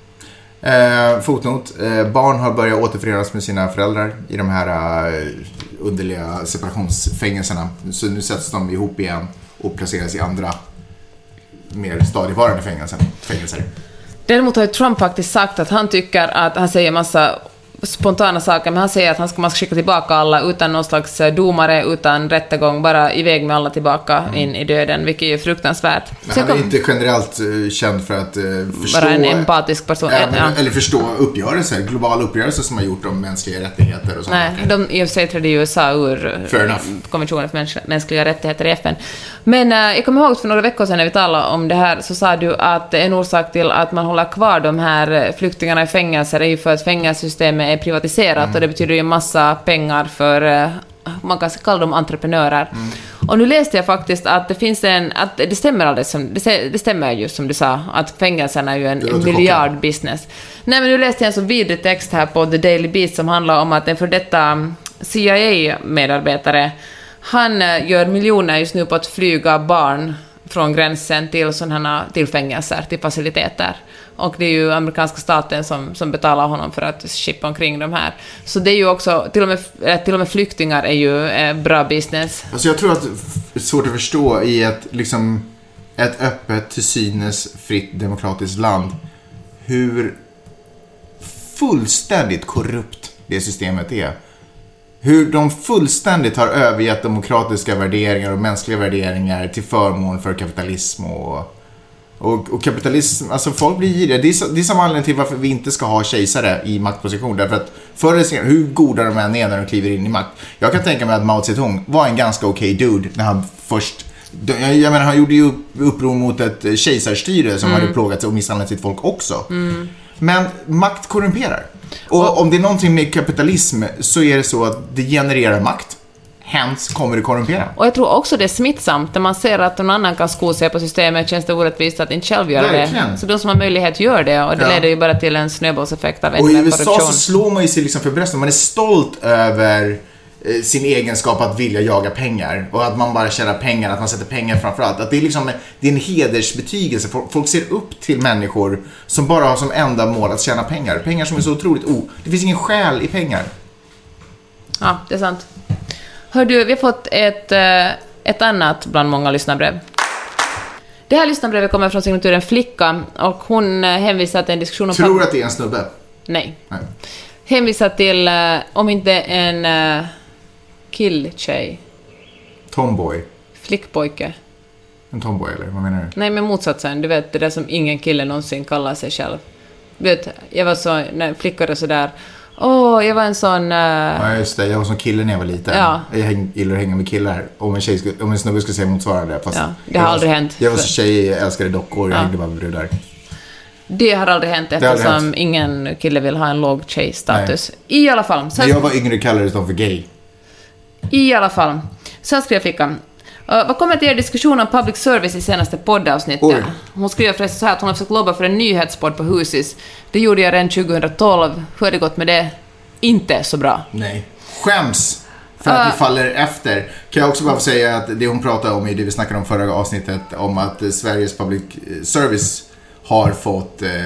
Eh, fotnot. Eh, barn har börjat återförenas med sina föräldrar i de här uh, underliga separationsfängelserna. Så nu sätts de ihop igen och placeras i andra mer stadigvarande fängelser. fängelser. Däremot har ju Trump faktiskt sagt att han tycker att, han säger massa spontana saker, men han säger att han ska, man ska skicka tillbaka alla utan någon slags domare, utan rättegång, bara iväg med alla tillbaka mm. in i döden, vilket är ju fruktansvärt. Men han är kom... inte generellt uh, känd för att uh, förstå... Bara en empatisk person. Äh, ja. Eller förstå uppgörelser, globala uppgörelser som har gjort om mänskliga rättigheter och sånt. Nej, de i och för sig trädde ju U S A ur konventionen för mänskliga rättigheter i F N. Men uh, jag kommer ihåg för några veckor sedan när vi talade om det här, så sa du att en orsak till att man håller kvar de här flyktingarna i fängelser är ju för att fängelsesystemet är privatiserat mm. och det betyder ju en massa pengar för, man kan kalla dem entreprenörer. Mm. Och nu läste jag faktiskt att det finns en, att det stämmer alldeles som, det, det stämmer ju som du sa, att fängelserna är ju en, en miljardbusiness. Nej, men nu läste jag en så vidrig text här på The Daily Beast som handlar om att en för detta C I A-medarbetare, han gör miljoner just nu på att flyga barn från gränsen till sådana till fängelser, till faciliteter. Och det är ju amerikanska staten som, som betalar honom för att skippa omkring de här. Så det är ju också, till och med, till och med flyktingar är ju eh, bra business. Alltså jag tror att det är svårt att förstå i ett, liksom, ett öppet, till synes fritt demokratiskt land hur fullständigt korrupt det systemet är. Hur de fullständigt har övergett demokratiska värderingar och mänskliga värderingar till förmån för kapitalism och, och, och kapitalism, alltså folk blir giriga. Det är, det är samma anledning till varför vi inte ska ha kejsare i maktposition, därför att förr eller senare, hur goda de än är när de kliver in i makt. Jag kan tänka mig att Mao Zedong var en ganska okej dude när han först, jag, jag menar han gjorde ju uppror mot ett kejsarstyre som mm. hade plågat sig och misshandlat sitt folk också. Mm. Men makt korrumperar. Och om det är någonting med kapitalism så är det så att det genererar makt. Hence kommer det korrumpera. Och jag tror också det är smittsamt. När man ser att någon annan kan sko sig på systemet känns det orättvist att inte själv göra det. Så de som har möjlighet gör det. Och det ja. leder ju bara till en snöbollseffekt av ännu mer korruption. Och i U S A så slår man ju sig liksom för bröstet. Man är stolt över sin egenskap att vilja jaga pengar och att man bara tjänar pengar, att man sätter pengar framför allt, att det är liksom det är en hedersbetygelse. Folk ser upp till människor som bara har som enda mål att tjäna pengar, pengar som är så otroligt oh, det finns ingen själ i pengar. Ja, det är sant. Hör du, vi har fått ett, ett annat bland många lyssnarbrev. Det här lyssnarbrevet kommer från signaturen Flicka och hon hänvisar till en diskussion om... Tror att det är en snubbe? Nej. Nej. Hänvisar till, om inte en killtjej. Tomboy. Flickpojke. En tomboy eller vad menar du? Nej, men motsatsen. Du vet, det där som ingen kille någonsin kallar sig själv. Du vet, jag var så, när flickor är så där. Åh, oh, jag var en sån... Uh... Ja, just det. Jag var som kille när jag var liten. Ja. Jag gillar att hänga med killar. Om en, tjej skulle, om en snubbe skulle säga motsvarande. Fast ja, det har aldrig var, hänt. Jag var så tjej, jag älskade dockor. Jag ja. hängde bara med brudar. Det har aldrig hänt eftersom aldrig hänt. Ingen kille vill ha en låg tjejstatus. Nej. I alla fall. När jag var yngre kallades de för gay. I alla fall. Så skrev flickan. Uh, vad kommer till er diskussion om public service i senaste poddavsnittet? Oj. Hon skriver förresten så här att hon har försökt lobba för en nyhetspodd på Husis. Det gjorde jag redan tjugohundratolv. Hur har det gått med det? Inte så bra. Nej. Skäms för att uh, vi faller efter. Kan jag också bara få säga att det hon pratade om i det vi snackade om förra avsnittet om att Sveriges public service har fått eh,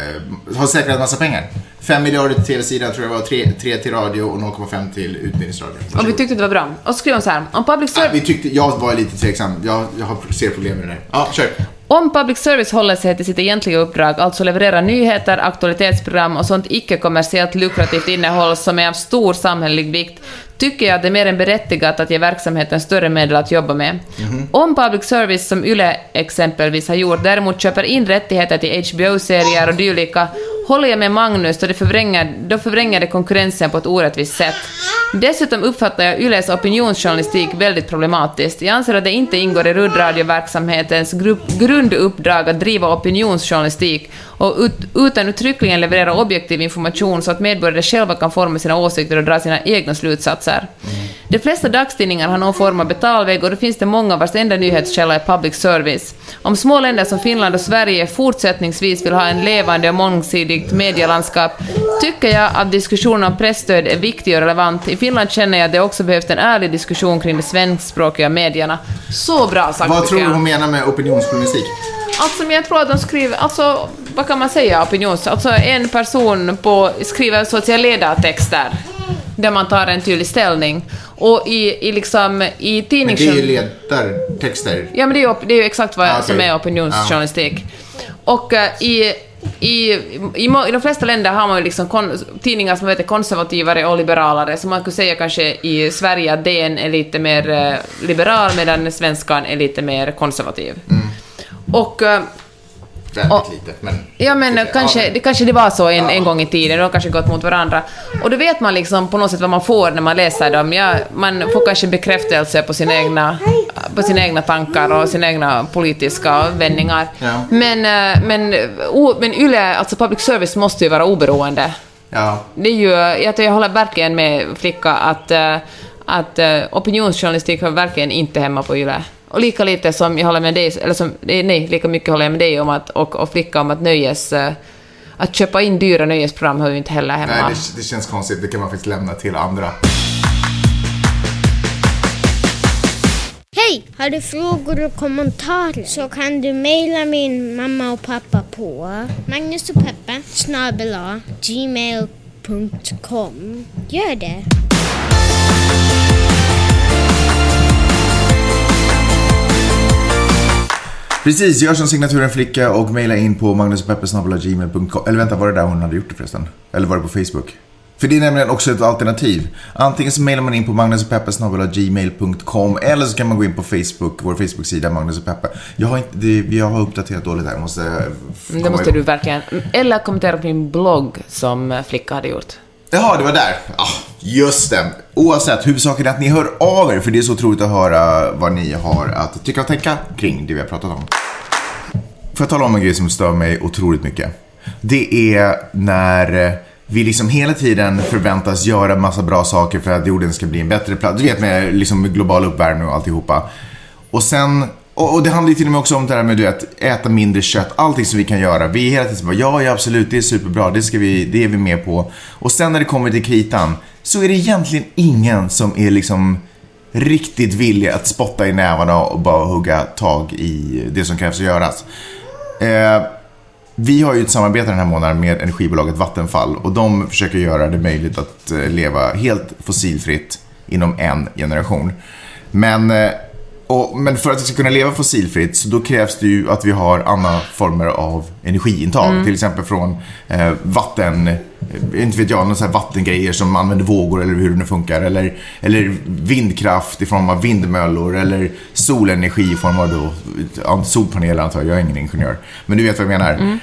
har säkrat en massa pengar. fem miljarder till tv-sidan tror jag var, tre till radio och noll komma fem till utbildningsradio. Och vi tyckte det var bra. Och så skrev hon så här, om public service... Ah, vi tyckte, jag var lite tveksam. Jag, jag har ser problem med det där. Ja, kör. Om public service håller sig till sitt egentliga uppdrag, alltså levererar nyheter, aktualitetsprogram och sånt icke-kommersiellt lukrativt innehåll som är av stor samhällelig vikt, tycker jag att det är mer än berättigat att ge verksamheten större medel att jobba med. Mm-hmm. Om public service, som Yle exempelvis har gjort, däremot köper in rättigheter till H B O-serier och dylika, håller jag med Magnus, då det förvränger, då förvränger det konkurrensen på ett orättvist sätt. Dessutom uppfattar jag Yles opinionsjournalistik väldigt problematiskt. Jag anser att det inte ingår i ruddradioverksamhetens grupp, grunduppdrag att driva opinionsjournalistik och ut, utan uttryckligen leverera objektiv information så att medborgare själva kan forma sina åsikter och dra sina egna slutsatser. Mm. De flesta dagstidningar har någon form av betalvägg och det finns det många vars enda nyhetskälla är public service. Om små länder som Finland och Sverige fortsättningsvis vill ha en levande och mångsidigt medielandskap tycker jag att diskussionen om pressstöd är viktig och relevant. I Finland känner jag att det också behövs en ärlig diskussion kring de svenskspråkiga medierna. Så bra sagt. Vad tror du hon menar med opinionsjournalistik? Alltså, jag tror att de skriver, alltså, vad kan man säga, opinions, alltså en person på, skriver så att säga ledartexter där man tar en tydlig ställning och i, i liksom i tidnings... Men det är ju ledartexter. Ja, men det är ju, det är ju exakt vad ah, okay. som är opinionsjournalistik. Ah. Och uh, i, i, i, i de flesta länder har man ju liksom kon, tidningar som heter konservativare och liberalare, så man kan säga kanske i Sverige att D N är lite mer uh, liberal medan svenskan är lite mer konservativ. Mm. Och... Uh, Och, lite, men ja, men det, kanske, det kanske det var så en, ja. en gång i tiden. De har kanske gått mot varandra. Och då vet man liksom på något sätt vad man får när man läser dem. Ja, man får kanske bekräftelse på sina egna, på sina egna tankar och sina egna politiska vändningar. Ja. Men, men, o, men Yle, alltså public service måste ju vara oberoende. Ja. Det är ju, jag, jag håller verkligen med Flicka att, att uh, opinionsjournalistik har verkligen inte hemma på Yle. Och lika lite som jag håller med dig, eller som, nej, lika mycket håller jag med dig om att, och, och flicka om att nöjes, uh, att köpa in dyra nöjesprogram har ju inte heller hemma. Nej, det, det känns konstigt. Det kan man faktiskt lämna till andra. Hej! Har du frågor och kommentarer så kan du mejla min mamma och pappa på Magnus och Peppe snabel-a gmail punkt com. Gör det! Precis, gör som signaturen flicka och mejla in på magnus och peppe snabel-a gmail punkt com. Eller vänta, var det där hon hade gjort det förresten? Eller var det på Facebook? För det är nämligen också ett alternativ. Antingen så mejlar man in på magnus och peppe snabel-a gmail punkt com eller så kan man gå in på Facebook, vår Facebook-sida Magnus och Peppe. Jag har inte, det, jag har uppdaterat dåligt här. Måste det måste du verkligen. Eller kommentera på min blogg som flicka hade gjort. Jaha, det var där. Ah, just det. Oavsett, huvudsaken är att ni hör av er. För det är så otroligt att höra vad ni har att tycka och tänka kring det vi har pratat om. Får jag tala om en grej som stör mig otroligt mycket. Det är när vi liksom hela tiden förväntas göra massa bra saker för att jorden ska bli en bättre plats. Du vet, med liksom global uppvärmning och alltihopa. Och sen... Och det handlar ju till och med också om det här med, du vet, äta mindre kött. Allting som vi kan göra. Vi är hela tiden bara, ja, ja absolut, det är superbra. Det, ska vi, det är vi med på. Och sen när det kommer till kritan så är det egentligen ingen som är liksom riktigt villig att spotta i nävarna och bara hugga tag i det som krävs att göras. Eh, vi har ju ett samarbete den här månaden med energibolaget Vattenfall. Och de försöker göra det möjligt att leva helt fossilfritt inom en generation. Men... Eh, Och, men för att vi ska kunna leva fossilfritt så då krävs det ju att vi har andra former av energiintag. Mm. Till exempel från eh, vatten, eh, inte vet jag, någon sån här vattengrejer som använder vågor eller hur det nu funkar. Eller, eller vindkraft i form av vindmöllor eller solenergi i form av då, ja, solpaneler antar jag, jag är ingen ingenjör. Men du vet vad jag menar. Mm.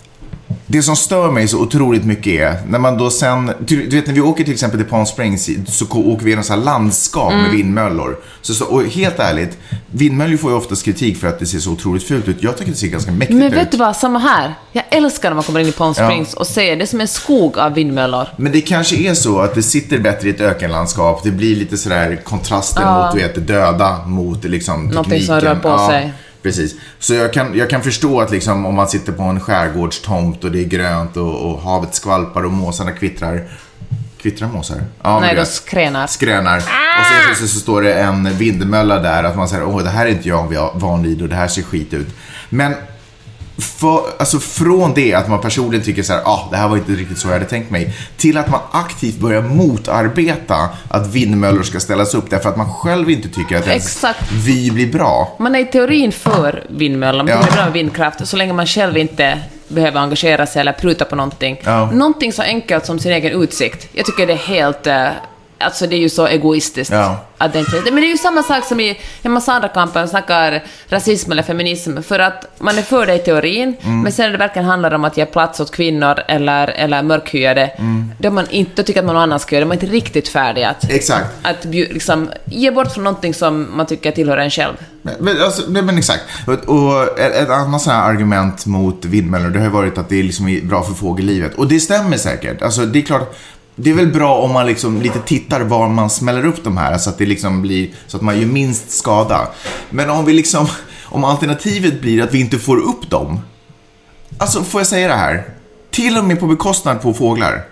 Det som stör mig så otroligt mycket är när man då sen, du, du vet när vi åker till exempel till Palm Springs så åker vi i en sån här landskap mm. med vindmöllor. Så, så, och helt ärligt, vindmöllor får ju oftast kritik för att det ser så otroligt fult ut. Jag tycker det ser ganska mäktigt ut. Men vet ut. Du vad, samma här. Jag älskar när man kommer in i Palm Springs ja. och ser det som en skog av vindmöllor. Men det kanske är så att det sitter bättre i ett ökenlandskap. Det blir lite sådär kontrasten ja. mot, du vet, det döda mot liksom tekniken. Någonting som rör på ja. sig. Precis. Så jag kan, jag kan förstå att liksom, om man sitter på en skärgårdstomt och det är grönt och, och havet skvalpar och måsarna kvittrar. Kvittrar måsar? Ja, nej, de skränar. Skränar. Ah! Och sen så, så står det en vindmölla där att man säger, åh, det här är inte jag van vid och det här ser skit ut. Men för, alltså från det att man personligen tycker så här, ah, det här var inte riktigt så jag hade tänkt mig, till att man aktivt börjar motarbeta att vindmöllor ska ställas upp därför att man själv inte tycker att Exakt. vi blir bra. Man är i teorin för vindmöllor, man ja. tycker bra med vindkraft så länge man själv inte behöver engagera sig eller pruta på någonting. Ja. Någonting så enkelt som sin egen utsikt. Jag tycker det är helt... Alltså det är ju så egoistiskt ja. att det inte, men det är ju samma sak som i en massa andra kamper snackar rasism eller feminism, för att man är för det i teorin mm. men sen när det verkligen handlar om att ge plats åt kvinnor eller, eller mörkhyade mm. då man inte tycker att någon annan ska göra det, man är inte riktigt färdig att, exakt. att liksom, ge bort från någonting som man tycker tillhör en själv. Men, men, alltså, men exakt, och, och ett annat sån här argument mot vindmöllor det har varit att det är liksom bra för fågellivet, och det stämmer säkert, alltså det är klart. Det är väl bra om man liksom lite tittar var man smäller upp de här så att det liksom blir så att man gör minst skada. Men om vi liksom om alternativet blir att vi inte får upp dem. Alltså får jag säga det här, till och med på bekostnad på fåglar.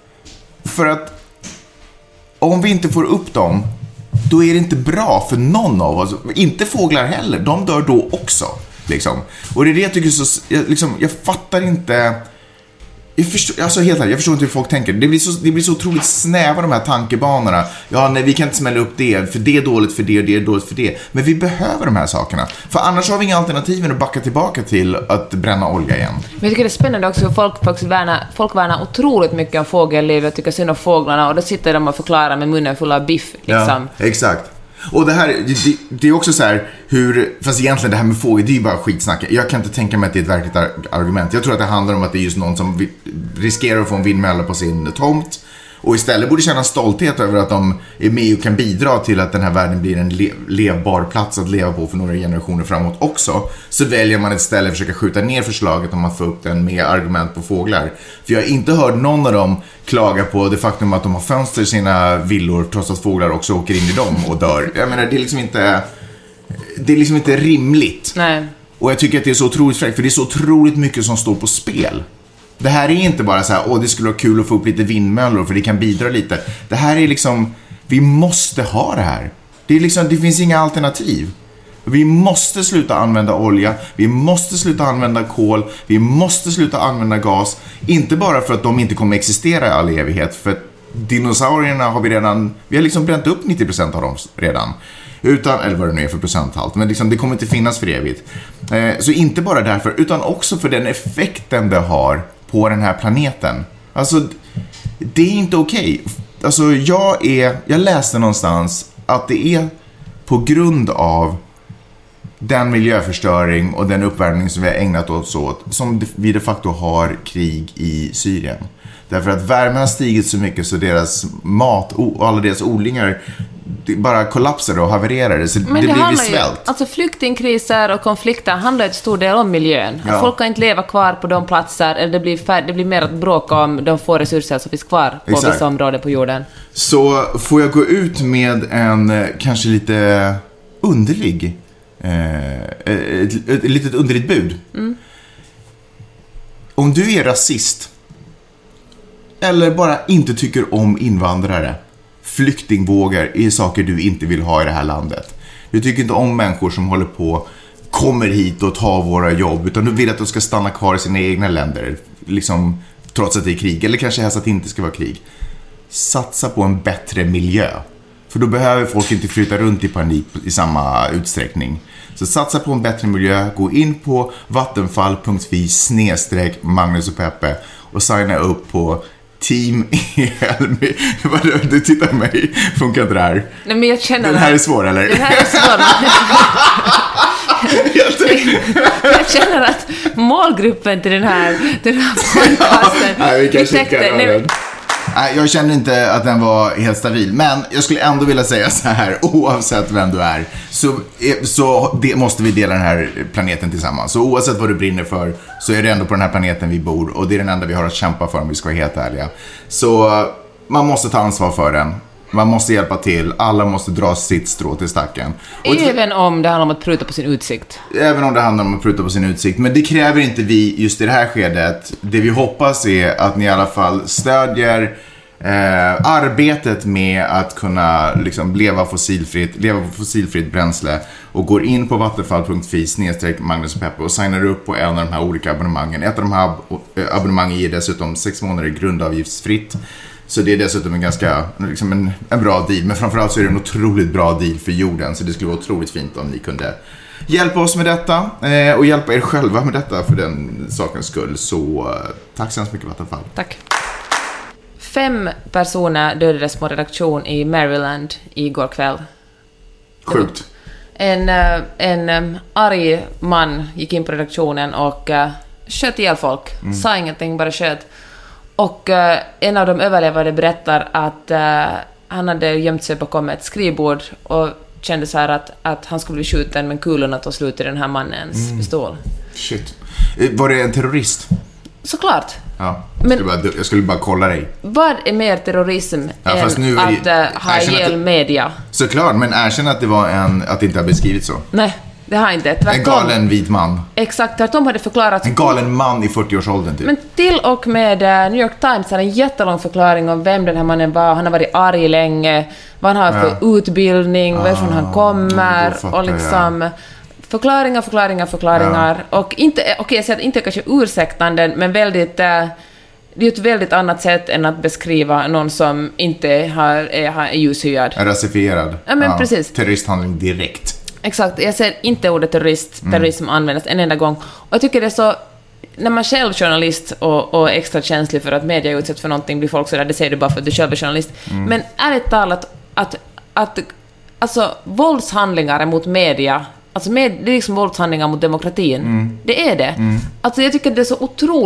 För att om vi inte får upp dem då är det inte bra för någon av oss, inte fåglar heller. De dör då också liksom. Och det är det jag tycker så jag, liksom, jag fattar inte. Jag förstår, alltså helt ärligt, jag förstår inte hur folk tänker. Det blir, så, det blir så otroligt snäva de här tankebanorna. Ja, nej, vi kan inte smälla upp det, för det är dåligt för det och det är dåligt för det. Men vi behöver de här sakerna. För annars har vi inga alternativ än att backa tillbaka till att bränna olja igen. Men jag tycker det är spännande också hur folk, folk, värnar, folk värnar otroligt mycket om fågellivet, tycker synd om fåglarna. Och då sitter de och förklarar med munnen full av biff. Liksom. Ja, exakt. Och det här, det, det är också så här hur, fast egentligen det här med fågel, det är ju bara skitsnack. Jag kan inte tänka mig att det är ett verkligt argument. Jag tror att det handlar om att det är just någon som riskerar att få en vindmölla på sin tomt. Och istället borde känna stolthet över att de är med och kan bidra till att den här världen blir en le- levbar plats att leva på för några generationer framåt också. Så väljer man istället att försöka skjuta ner förslaget om att få upp den med argument på fåglar. För jag har inte hört någon av dem klaga på det faktum att de har fönster i sina villor trots att fåglar också åker in i dem och dör. Jag menar, det är liksom inte, det är liksom inte rimligt. Nej. Och jag tycker att det är så otroligt fräckt, för det är så otroligt mycket som står på spel. Det här är inte bara så här, åh det skulle vara kul att få upp lite vindmöllor för det kan bidra lite. Det här är liksom, vi måste ha det här. Det är liksom, det finns inga alternativ. Vi måste sluta använda olja, vi måste sluta använda kol, vi måste sluta använda gas. Inte bara för att de inte kommer existera i all evighet, för att dinosaurierna har vi redan, vi har liksom bränt upp nittio procent av dem redan. Utan, eller vad det nu är för procenthalt. Men liksom, det kommer inte finnas för evigt. Eh, så inte bara därför, utan också för den effekten det har på den här planeten. Alltså, det är inte okej. Okay. Alltså, jag är, jag läste någonstans att det är på grund av den miljöförstöring och den uppvärmning som vi har ägnat oss åt som vi de facto har krig i Syrien. Därför att värmen har stigit så mycket så deras mat och alla deras odlingar bara kollapsar och havererar. Så men det, det blir handlar svält. Ju, alltså flyktingkriser och konflikter handlar ett stor del om miljön. Ja. Folk kan inte leva kvar på de platser, eller det blir, fär, det blir mer att bråka om de få resurser som finns kvar på Exakt. vissa områden på jorden. Så får jag gå ut med en kanske lite underlig eh, ett, ett, ett litet underligt bud. Mm. Om du är rasist eller bara inte tycker om invandrare, flyktingvågar är saker du inte vill ha i det här landet. Du tycker inte om människor som håller på, kommer hit och tar våra jobb, utan du vill att de ska stanna kvar i sina egna länder, liksom, trots att det är krig, eller kanske helst att det inte ska vara krig. Satsa på en bättre miljö. För då behöver folk inte flytta runt i panik i samma utsträckning. Så satsa på en bättre miljö. Gå in på vattenfall punkt fi snedstreck Magnus och Peppe och signa upp på Team el. Du tittar på mig. Funkar inte det här? Nej, men jag känner Den här är svår, eller? Den här är svår. Jag känner att målgruppen till den här, den här podcasten... Ja, vi kan kika nej, Nej, jag känner inte att den var helt stabil. Men jag skulle ändå vilja säga så här, oavsett vem du är, så, så det måste vi dela den här planeten tillsammans. Så oavsett vad du brinner för, så är det ändå på den här planeten vi bor. Och det är den enda vi har att kämpa för, om vi ska vara helt ärliga. Så man måste ta ansvar för den. Man måste hjälpa till. Alla måste dra sitt strå till stacken. Och även om det handlar om att pruta på sin utsikt. Även om det handlar om att pruta på sin utsikt. Men det kräver inte vi just i det här skedet. Det vi hoppas är att ni i alla fall stödjer eh, arbetet med att kunna liksom, leva fossilfritt, leva på fossilfritt bränsle. Och går in på vattenfall punkt fi snedstreck Magnus och Peppe och signar upp på en av de här olika abonnemangen. Ett av de här ab- abonnemangen ger dessutom sex månader grundavgiftsfritt. Så det är dessutom en ganska liksom en, en bra deal. Men framförallt så är det en otroligt bra deal för jorden. Så det skulle vara otroligt fint om ni kunde hjälpa oss med detta. Eh, och hjälpa er själva med detta för den sakens skull. Så eh, tack så hemskt mycket, Vattenfall. Tack. Fem personer dödades på redaktion i Maryland igår kväll. Sjukt. En, en um, arg man gick in på redaktionen och uh, sköt ihjäl folk. Mm. Sa ingenting, bara sköt. Och uh, en av de överlevande berättar att uh, han hade gömt sig bakom ett skrivbord och kände så här att, att han skulle bli skjuten, men kulorna tog slut i den här mannens mm. pistol. Shit. Var det en terrorist? Såklart. Ja, jag, men, skulle bara, jag skulle bara kolla dig. Vad är mer terrorism ja, än fast nu att uh, ha ihjäl media? Såklart, men erkänn att det var en, att det inte har beskrivit så. Nej, det har inte. Tvärtom. En galen vit man. Exakt, tvärtom hade förklarat. En galen man i fyrtioårsåldern typ. Men till och med uh, New York Times har en jättelång förklaring om vem den här mannen var. Han har varit arg länge. Vad han har för ja. utbildning, varifrån ah, han kommer. Och liksom... Jag. Förklaringar, förklaringar, förklaringar. Ja. Och inte, okej, okay, jag säger att inte kanske ursäktande, men väldigt... Uh, det är ett väldigt annat sätt än att beskriva någon som inte har, är, är ljushyad. Är rasifierad. Ja, men ja. precis. Terroristhandling direkt. Exakt, jag ser inte ordet terrorist, terrorism mm. användas en enda gång. Och jag tycker det är så... När man själv är journalist och, och extra känslig för att media utsätts för någonting, blir folk så där, det säger du bara för att du själv är journalist. Mm. Men ärligt talat, att, att alltså, våldshandlingar mot media... Alltså med, det är liksom våldshandlingar mot demokratin. Mm. Det är det. Mm. Alltså jag tycker det är så otroligt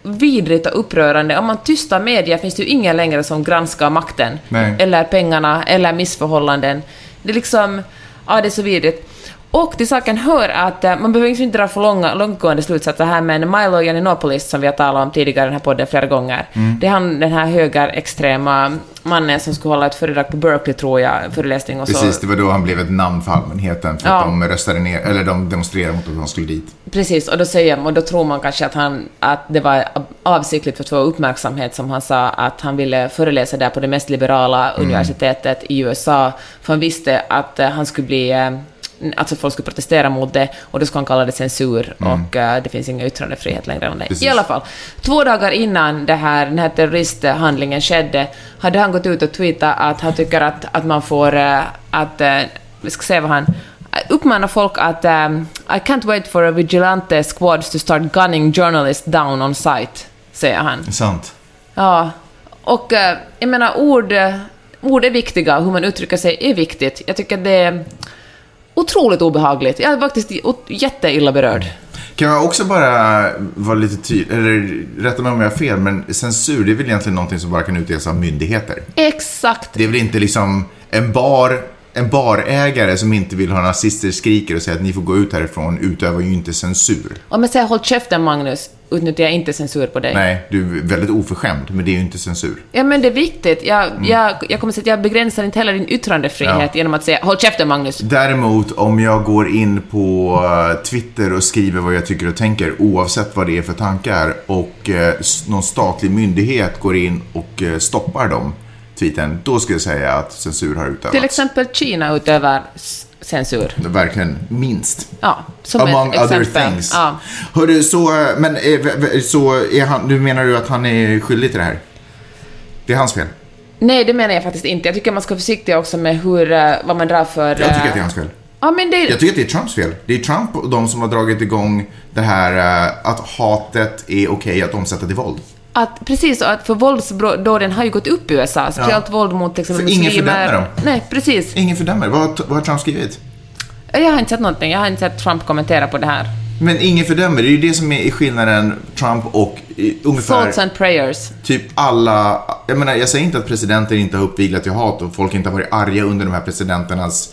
vidrigt och upprörande. Om man tystar media finns det ju ingen längre som granskar makten. Nej. Eller pengarna, eller missförhållanden. Det är liksom, ja, det är så vidrigt. Och till saken hör att uh, man behöver inte dra för långa, långtgående slutsatser här, men Milo Yiannopoulos, som vi har talat om tidigare i den här podden flera gånger, mm. det är han, den här högerextrema mannen som skulle hålla ett föredrag på Berkeley, tror jag, föreläsning och så. Precis, det var då han blev ett namn för allmänheten, för ja. att de röstade ner, eller de demonstrerade mot att han skulle dit. Precis, och då säger man, och då tror man kanske att han, att det var avsiktligt för att få uppmärksamhet, som han sa, att han ville föreläsa där på det mest liberala mm. universitetet i U S A, för han visste att uh, han skulle bli uh, alltså folk skulle protestera mot det, och då ska han kalla det censur, mm. och uh, det finns ingen yttrandefrihet längre än det. Precis. I alla fall, två dagar innan det här, den här terroristhandlingen skedde, hade han gått ut och tweetat att han tycker att, att man får uh, att, uh, vi ska se vad han uppmanar folk att um, I can't wait for a vigilante squads to start gunning journalists down on site, säger han. Sant. Ja, och uh, jag menar, ord, ord är viktiga, hur man uttrycker sig är viktigt. Jag tycker det är otroligt obehagligt. Jag är faktiskt jätteilla berörd. Kan jag också bara vara lite tydlig, eller rätta mig om jag har fel, men censur, det är väl egentligen någonting som bara kan utdelas av myndigheter? Exakt. Det är väl inte liksom en bar, en barägare som inte vill ha nazister skriker och säger att ni får gå ut härifrån, utövar ju inte censur. Om jag säger håll käften, Magnus, utnyttjar jag inte censur på dig. Nej, du är väldigt oförskämd, men det är ju inte censur. Ja, men det är viktigt. Jag, mm. jag, jag kommer att säga att jag begränsar inte heller din yttrandefrihet ja. genom att säga håll käften, Magnus. Däremot, om jag går in på Twitter och skriver vad jag tycker och tänker, oavsett vad det är för tankar, och eh, någon statlig myndighet går in och eh, stoppar dem, tweeten, då skulle jag säga att censur har utövats. Till exempel Kina utövar censur. Verkligen minst. Ja, som among ett other exempel. things. Ja. Hörru, så, men så är han, du menar du att han är skyldig till det här? Det är hans fel? Nej, det menar jag faktiskt inte. Jag tycker man ska vara försiktig också med hur, vad man drar för... Jag tycker att det är hans fel. Ja, men det... Jag tycker att det är Trumps fel. Det är Trump och de som har dragit igång det här att hatet är okej att omsätta till våld. Att, precis, att för våldsdåden har ju gått upp i U S A. Speciellt ja. våld mot exempel muslimer. Ingen fördömer dem. Nej, precis. Ingen fördömer. Vad, vad har Trump skrivit? Jag har inte sett någonting. Jag har inte sett Trump kommentera på det här. Men ingen fördömer. Det är ju det som är skillnaden Trump och ungefär... Thoughts and prayers. Typ alla... Jag menar, jag säger inte att presidenter inte har uppviglat till hat och folk inte har varit arga under de här presidenternas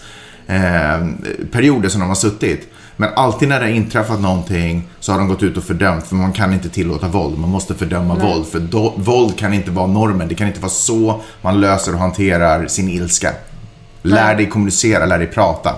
eh, perioder som de har suttit. Men alltid när det har inträffat någonting så har de gått ut och fördömt, för man kan inte tillåta våld. Man måste fördöma Nej. våld, för do- våld kan inte vara normen. Det kan inte vara så man löser och hanterar sin ilska. Lär Nej. dig kommunicera, lär dig prata.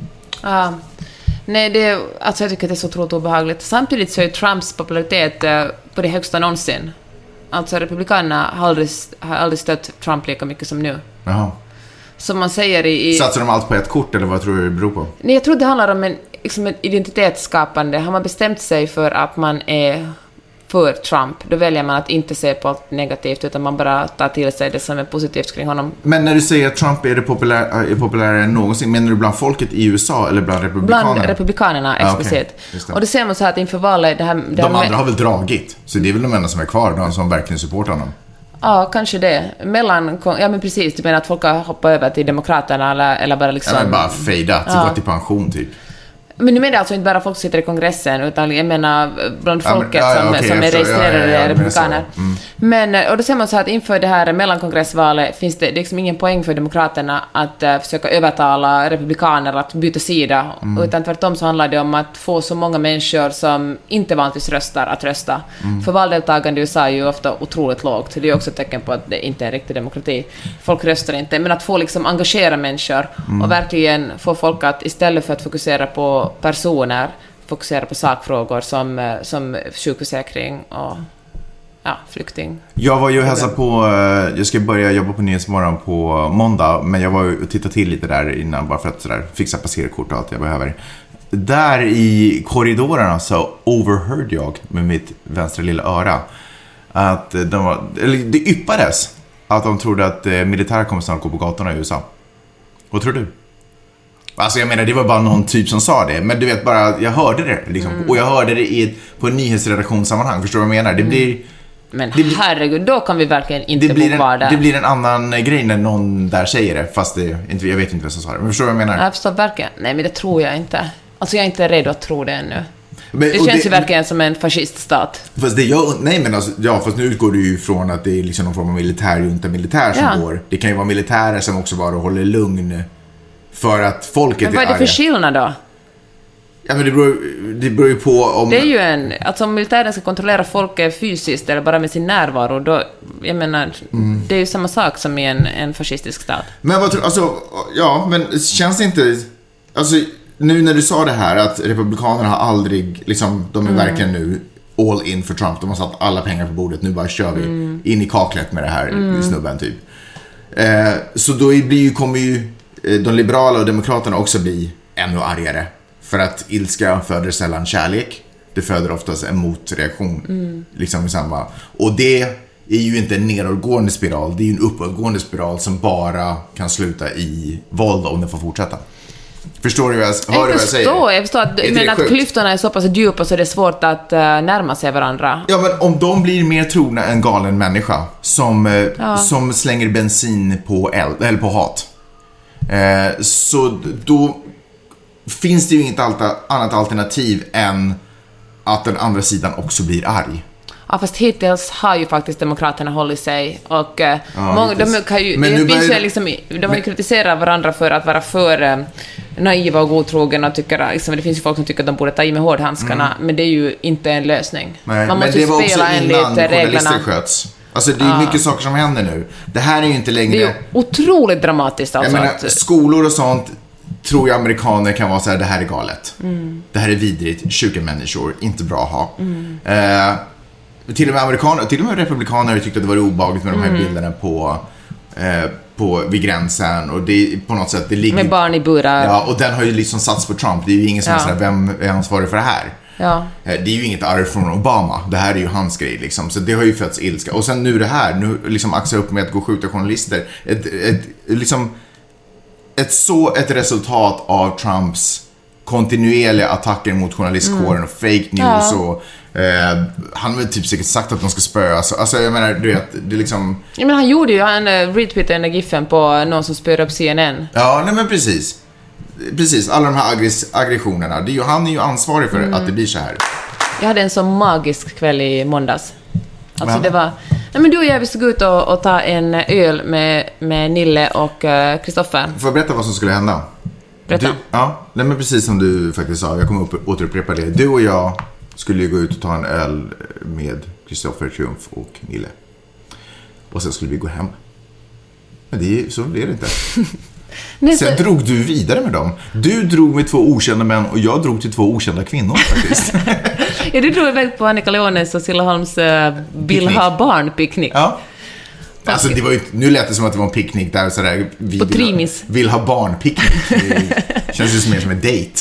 Ja. Nej, det, alltså jag tycker att det är så otroligt obehagligt. Samtidigt så är Trumps popularitet eh, på det högsta någonsin. Alltså republikanerna har aldrig, har aldrig stött Trump lika mycket som nu. Jaha. Som man säger i... i... Satsar de allt på ett kort, eller vad tror du det beror på? Nej, jag tror det handlar om en, liksom ett identitetsskapande. Har man bestämt sig för att man är för Trump, då väljer man att inte se på allt negativt, utan man bara tar till sig det som är positivt kring honom. Men när du säger att Trump är det populär, är populärare än någonsin, menar du bland folket i U S A eller bland republikanerna? Bland republikanerna, explicit. Ah, okay. Och det ser man så här att inför valet... Det här, det de här andra med... har väl dragit, så det är väl de enda som är kvar, de som verkligen supportar honom. Ja, kanske det. Mellan, ja men precis, du menar att folk har hoppat över till demokraterna eller, eller bara liksom... Ja, men bara fejdat, ja. Gått i pension typ. Men du menar alltså inte bara folk som sitter i kongressen, utan jag menar bland folket ja, men, ja, som, okay, som är registrerade ja, ja, ja, republikaner. Mm. Men, och då ser man så att inför det här mellankongressvalet finns det liksom ingen poäng för demokraterna att uh, försöka övertala republikaner att byta sida, mm. utan tvärtom så handlar det om att få så många människor som inte vanligtvis röstar att rösta. Mm. För valdeltagande i U S A är ju ofta otroligt lågt. Det är också ett tecken på att det inte är en riktig demokrati. Folk röstar inte, men att få liksom engagera människor mm. och verkligen få folk att istället för att fokusera på personer fokusera på sakfrågor som, som sjukförsäkring och ja, flykting. Jag var ju hälsa på, jag ska börja jobba på Nyhetsmorgon på måndag, men jag var ju och tittade till lite där innan bara för att sådär, fixa passerkort och allt jag behöver. Där i korridorerna så overheard jag med mitt vänstra lilla öra att de var, eller det yppades att de trodde att militärer kommer snart gå på gatorna i U S A. Vad tror du? Alltså jag menar, det var bara någon typ som sa det. Men du vet bara, jag hörde det liksom. Mm. Och jag hörde det i ett, på en nyhetsredaktionssammanhang. Förstår du vad jag menar? Det blir... Men det blir, herregud, då kan vi verkligen inte det blir bo kvar där. Det blir en annan grej när någon där säger det. Fast det, inte, jag vet inte vad som sa det. Men förstår du vad jag menar? Jag förstår verkligen. Nej, men det tror jag inte. Alltså jag är inte redo att tro det ännu. Men, det känns det, ju verkligen som en fasciststat. Fast det jag, nej men alltså, ja, fast nu utgår du ju från att det är liksom någon form av militärjunta militär som Ja. går. Det kan ju vara militärer som också bara håller lugn för att folket Men vad är det för arga. skillnad då? Ja, men det beror, det beror ju på om... Det är ju en... Alltså om militären ska kontrollera folket fysiskt eller bara med sin närvaro, då... Jag menar, mm. det är ju samma sak som i en, en fascistisk stat. Men vad tror alltså, ja, men känns det inte... Alltså, nu när du sa det här att republikanerna har aldrig, liksom, de är mm. verkligen nu all in för Trump. De har satt alla pengar på bordet, nu bara kör vi mm. in i kaklet med det här mm. snubben typ. Eh, så då blir ju, kommer ju de liberala och demokraterna också bli ännu argare. För att ilska föder sällan kärlek. Det föder oftast en motreaktion. Mm. Liksom i samma. Och det är ju inte en nedåtgående spiral. Det är ju en uppåtgående spiral som bara kan sluta i våld om den får fortsätta. Förstår du vad jag, hör jag du vad jag säger? Jag förstår att, men att klyftorna är så pass djupa så det är svårt att uh, närma sig varandra. Ja, men om de blir mer trogna en galen människa som, uh, ja. som slänger bensin på, eld, eller på hat. Uh, så då finns det ju inget annat alternativ än att den andra sidan också blir arg. Ja, fast hittills har ju faktiskt demokraterna hållit sig och ja, många, de, kan ju, men det nu finns börjar... ju liksom, de har ju kritiserat varandra för att vara för eh, naiva och godtrogna och tycker, liksom, det finns ju folk som tycker att de borde ta i med hårdhandskarna, mm. men det är ju inte en lösning. Nej, man måste men det ju spela enligt reglerna. Sköts. Alltså det är ja. mycket saker som händer nu. Det här är ju inte längre... Det är ju otroligt dramatiskt alltså. Jag menar, att... skolor och sånt tror jag amerikaner kan vara så här: det här är galet. Mm. Det här är vidrigt, sjuka människor, inte bra att ha. Mm. Eh, till och med amerikaner, till och med republikaner tyckte att det var obehagligt med de här mm. bilderna på, eh, på vid gränsen och det på något sätt det ligger med barn i burar. Ja, och den har ju liksom satts på Trump. Det är ju ingen som ja. säger vem är ansvarig för det här. Ja. Eh, det är ju inget arv från Obama. Det här är ju hans grej liksom. Så det har ju fötts ilska. Och sen nu det här, nu liksom axar upp med att gå och skjuta journalister. Ett, ett liksom ett så ett resultat av Trumps kontinuerliga attacker mot journalistkåren mm. och fake news ja. och eh, han har väl typ säkert sagt att de ska spöas. Alltså jag menar, du vet, det är liksom... Ja, men han gjorde ju en uh, retweet den där giffen på någon som spör upp C N N. Ja, nej men precis. Precis, alla de här aggress- aggressionerna. Det är ju, han är ju ansvarig för mm. att det blir så här. Jag hade en så magisk kväll i måndags. Alltså det var... Nej, men du och jag vi ska gå ut och, och ta en öl med, med Nille och Kristoffer. Uh, Får jag berätta vad som skulle hända? Berätta. Du, ja, nej, men precis som du faktiskt sa. Jag kommer upp, återupprepa det. Du och jag skulle ju gå ut och ta en öl med Kristoffer Triumf och Nille. Och sen skulle vi gå hem. Men det, så blev det inte. Nej, sen så... drog du vidare med dem. Du drog med två okända män och jag drog till två okända kvinnor faktiskt. Ja, du drog iväg på Annika Leones och Sillaholms uh, vill ha barn-picknick. Ja. Alltså det var ju, nu lät det som att det var en picknick där så där vi på vill ha, vill ha barn-picknick. Det känns ju som mer som en date.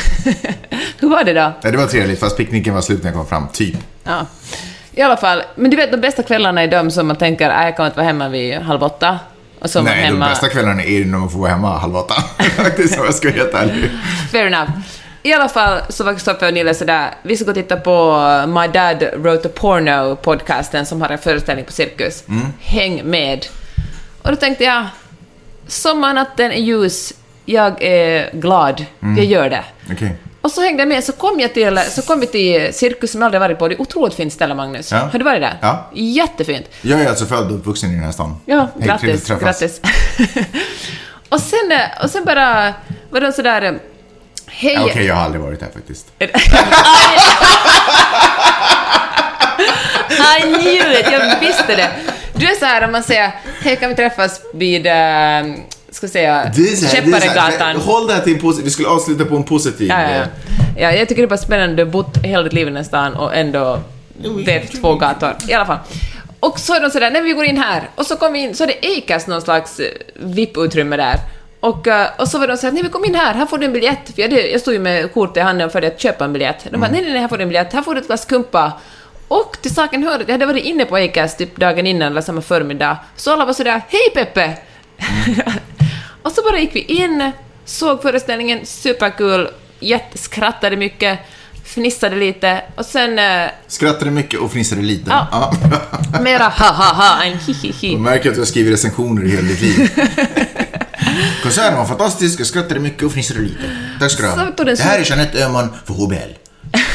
Hur var det då? Ja, det var trevligt fast picknicken var slut när jag kom fram, typ. Ja. I alla fall, men du vet de bästa kvällarna är de som man tänker, äh, jag kan inte vara hemma vid halv åtta. Och så nej, hemma... de bästa kvällarna är ju när man får vara hemma halv åtta. Det är så jag ska heta ärlig. Fair enough. I alla fall så var Kristoffer och Nille sådär, vi ska gå och titta på My Dad Wrote a Porno podcasten som har en föreställning på Cirkus. Mm. Häng med. Och då tänkte jag, sommarnatten är ljus, jag är glad, mm. jag gör det. Okay. Och så hängde jag med, så kom jag till, så kom vi till Cirkus som jag aldrig varit på. Det är otroligt fint ställe, Magnus. Ja. Har du varit där? Ja. Jättefint. Jag är alltså född och uppvuxen i den här stan. Ja, hej, grattis, grattis. och, sen, och sen bara var det sådär... Hej. Okej, okay, jag har aldrig varit där faktiskt. I knew it, jag visste det. Du är så här om man säger, hej kan vi träffas vid... Uh, ska säga Käpparegatan. Håll det här till en positiv. Vi skulle avsluta på en positiv. Ja, ja, ja. ja jag tycker det är bara spännande. Du har bott hela ditt liv i den stan och ändå vet två gator. I alla fall. Och så är de sådär, när vi går in här och så kom vi in, så är det Acast någon slags V I P-utrymme där. Och, och så var de såhär, nej vi kom in här, här får du en biljett. För jag, jag stod ju med kort i handen för att köpa en biljett. De bara, nej nej nej, här får du en biljett, här får du ett glas kumpa. Och till saken hörde, jag hade varit inne på Acast typ dagen innan eller samma förmiddag. Så alla var sådär, hej Peppe! Mm. Och så bara gick vi in, såg föreställningen, superkul, jätteskrattade mycket, fnissade lite och sen... Uh, skrattade mycket och fnissade lite. Ja. Ja. Mera ha-ha-ha än hi-hi-hi. Jag märker att jag skriver recensioner i hela ditt liv. Konserten var fantastisk, jag skrattade mycket och fnissade lite. Tack ska du ha. Det här är Jeanette Öhman för H B L.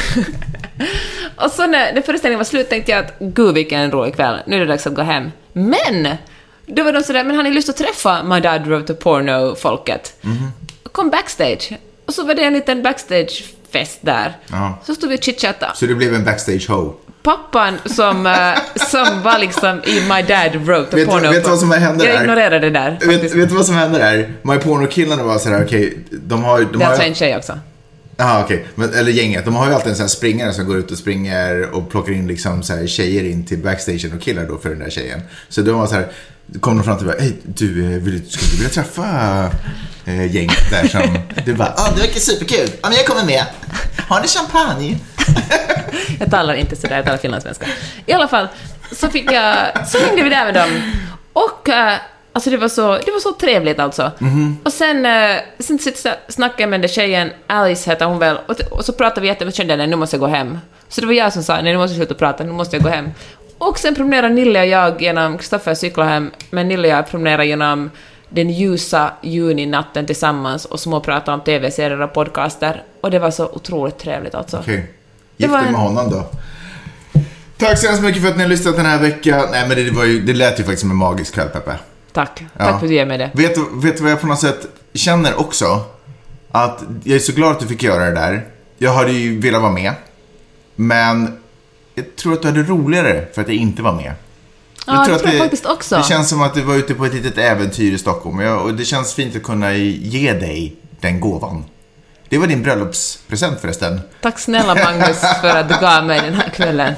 Och så när, när föreställningen var slut tänkte jag att gud vilken rolig kväll, nu är det dags att gå hem. Men då var de sådär, men har ni lust att träffa My Dad Wrote a Porno-folket? Mm. Kom backstage. Och så var det en liten backstage-fest där. Ja. Så stod vi och chitchattade. Så det blev en backstage-ho? Pappan som, uh, som var liksom i My Dad Wrote a vet, Porno. Vet du vad som hände där? Jag ignorerade det där. Vet, vet du vad som hände där? My Porno-killarna var sådär, okej, okay, de har... De det är alltså har... en tjej också. Jaha, okej. Okay. Eller gänget. De har ju alltid en sån här springare som går ut och springer och plockar in liksom så här tjejer in till backstagen och killar då för den där tjejen. Så de var så här, kom de fram till mig, hej, du, vill, skulle du vilja träffa äh, gänget där som... Du bara, ja, ah, det verkar superkul. Ja, men jag kommer med. Har ni champagne? Jag talar inte sådär, jag talar finlandssvenska. I alla fall, så fick jag... Så hängde vi där med dem. Och... Uh, Alltså det var så, det var så trevligt alltså. Mm-hmm. Och sen, eh, sen snackade jag med den tjejen, Alice heter hon väl, och, och så pratade vi jättemycket, kände jag, nej, nu måste jag gå hem. Så det var jag som sa, nej, nu måste jag sluta prata, nu måste jag gå hem. Och sen promenerade Nille och jag genom, Kristoffer cyklade hem, men Nille och jag promenerade genom den ljusa juninatten tillsammans och småpratade om tv-serier och podcaster. Och det var så otroligt trevligt alltså. Okej, okay. Gift dig en... med honom då. Tack så hemskt mycket för att ni har lyssnat den här veckan. Nej, men det, var ju, det lät ju faktiskt som en magisk kväll, Peppe. Tack, ja. Tack för att du ger mig det. Vet, vet du vad jag på något sätt känner också? Att jag är så glad att du fick göra det där. Jag hade ju velat vara med. Men jag tror att du hade roligare för att jag inte var med. Ja, jag tror det att tror jag det, faktiskt också. Det känns som att du var ute på ett litet äventyr i Stockholm. Jag, och det känns fint att kunna ge dig den gåvan. Det var din bröllopspresent förresten. Tack snälla Magnus för att du gav mig den här kvällen.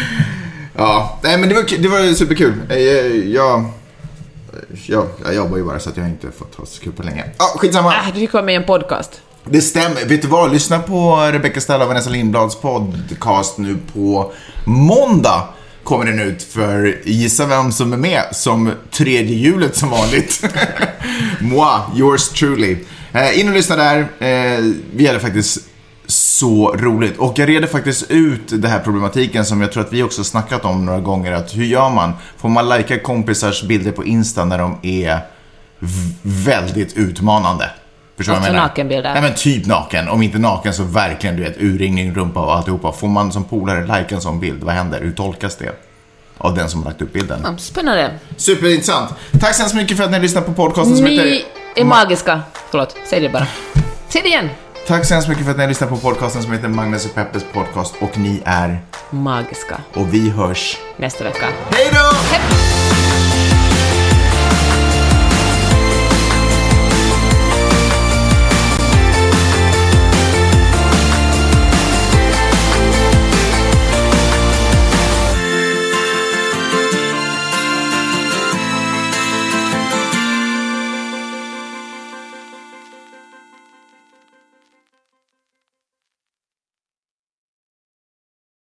Ja, nej, men det var, det var superkul. Jag... jag Ja, jag jobbar ju bara så att jag inte fått ha så kul på länge. Ja, skitsamma. Äh, du fick vara med i en podcast. Det stämmer. Vet du vad? Lyssna på Rebecca Stella och Vanessa Lindblads podcast nu på måndag. Kommer den ut för gissa vem som är med som tredje hjulet som vanligt. Moi, yours truly. Eh, in och lyssna där. Eh, vi hade faktiskt så roligt. Och jag reder faktiskt ut det här problematiken som jag tror att vi också snackat om några gånger. Att hur gör man? Får man lajka kompisars bilder på Insta när de är v- väldigt utmanande? Förstår alltså jag menar? Nakenbilder. Nej, men typ naken. Om inte naken så verkligen du vet urringning, rumpa och alltihopa. Får man som polare lajka en sån bild? Vad händer? Hur tolkas det? Av den som har lagt upp bilden. Ja, spännande. Superintressant. Tack så mycket för att ni har lyssnat på podcasten som ni heter... Ni är magiska. Förlåt, säg det bara. Säg det igen. Tack så mycket för att ni har lyssnat på podcasten som heter Magnus och Peppes podcast. Och ni är... magiska. Och vi hörs... nästa vecka. Hej då! Hej!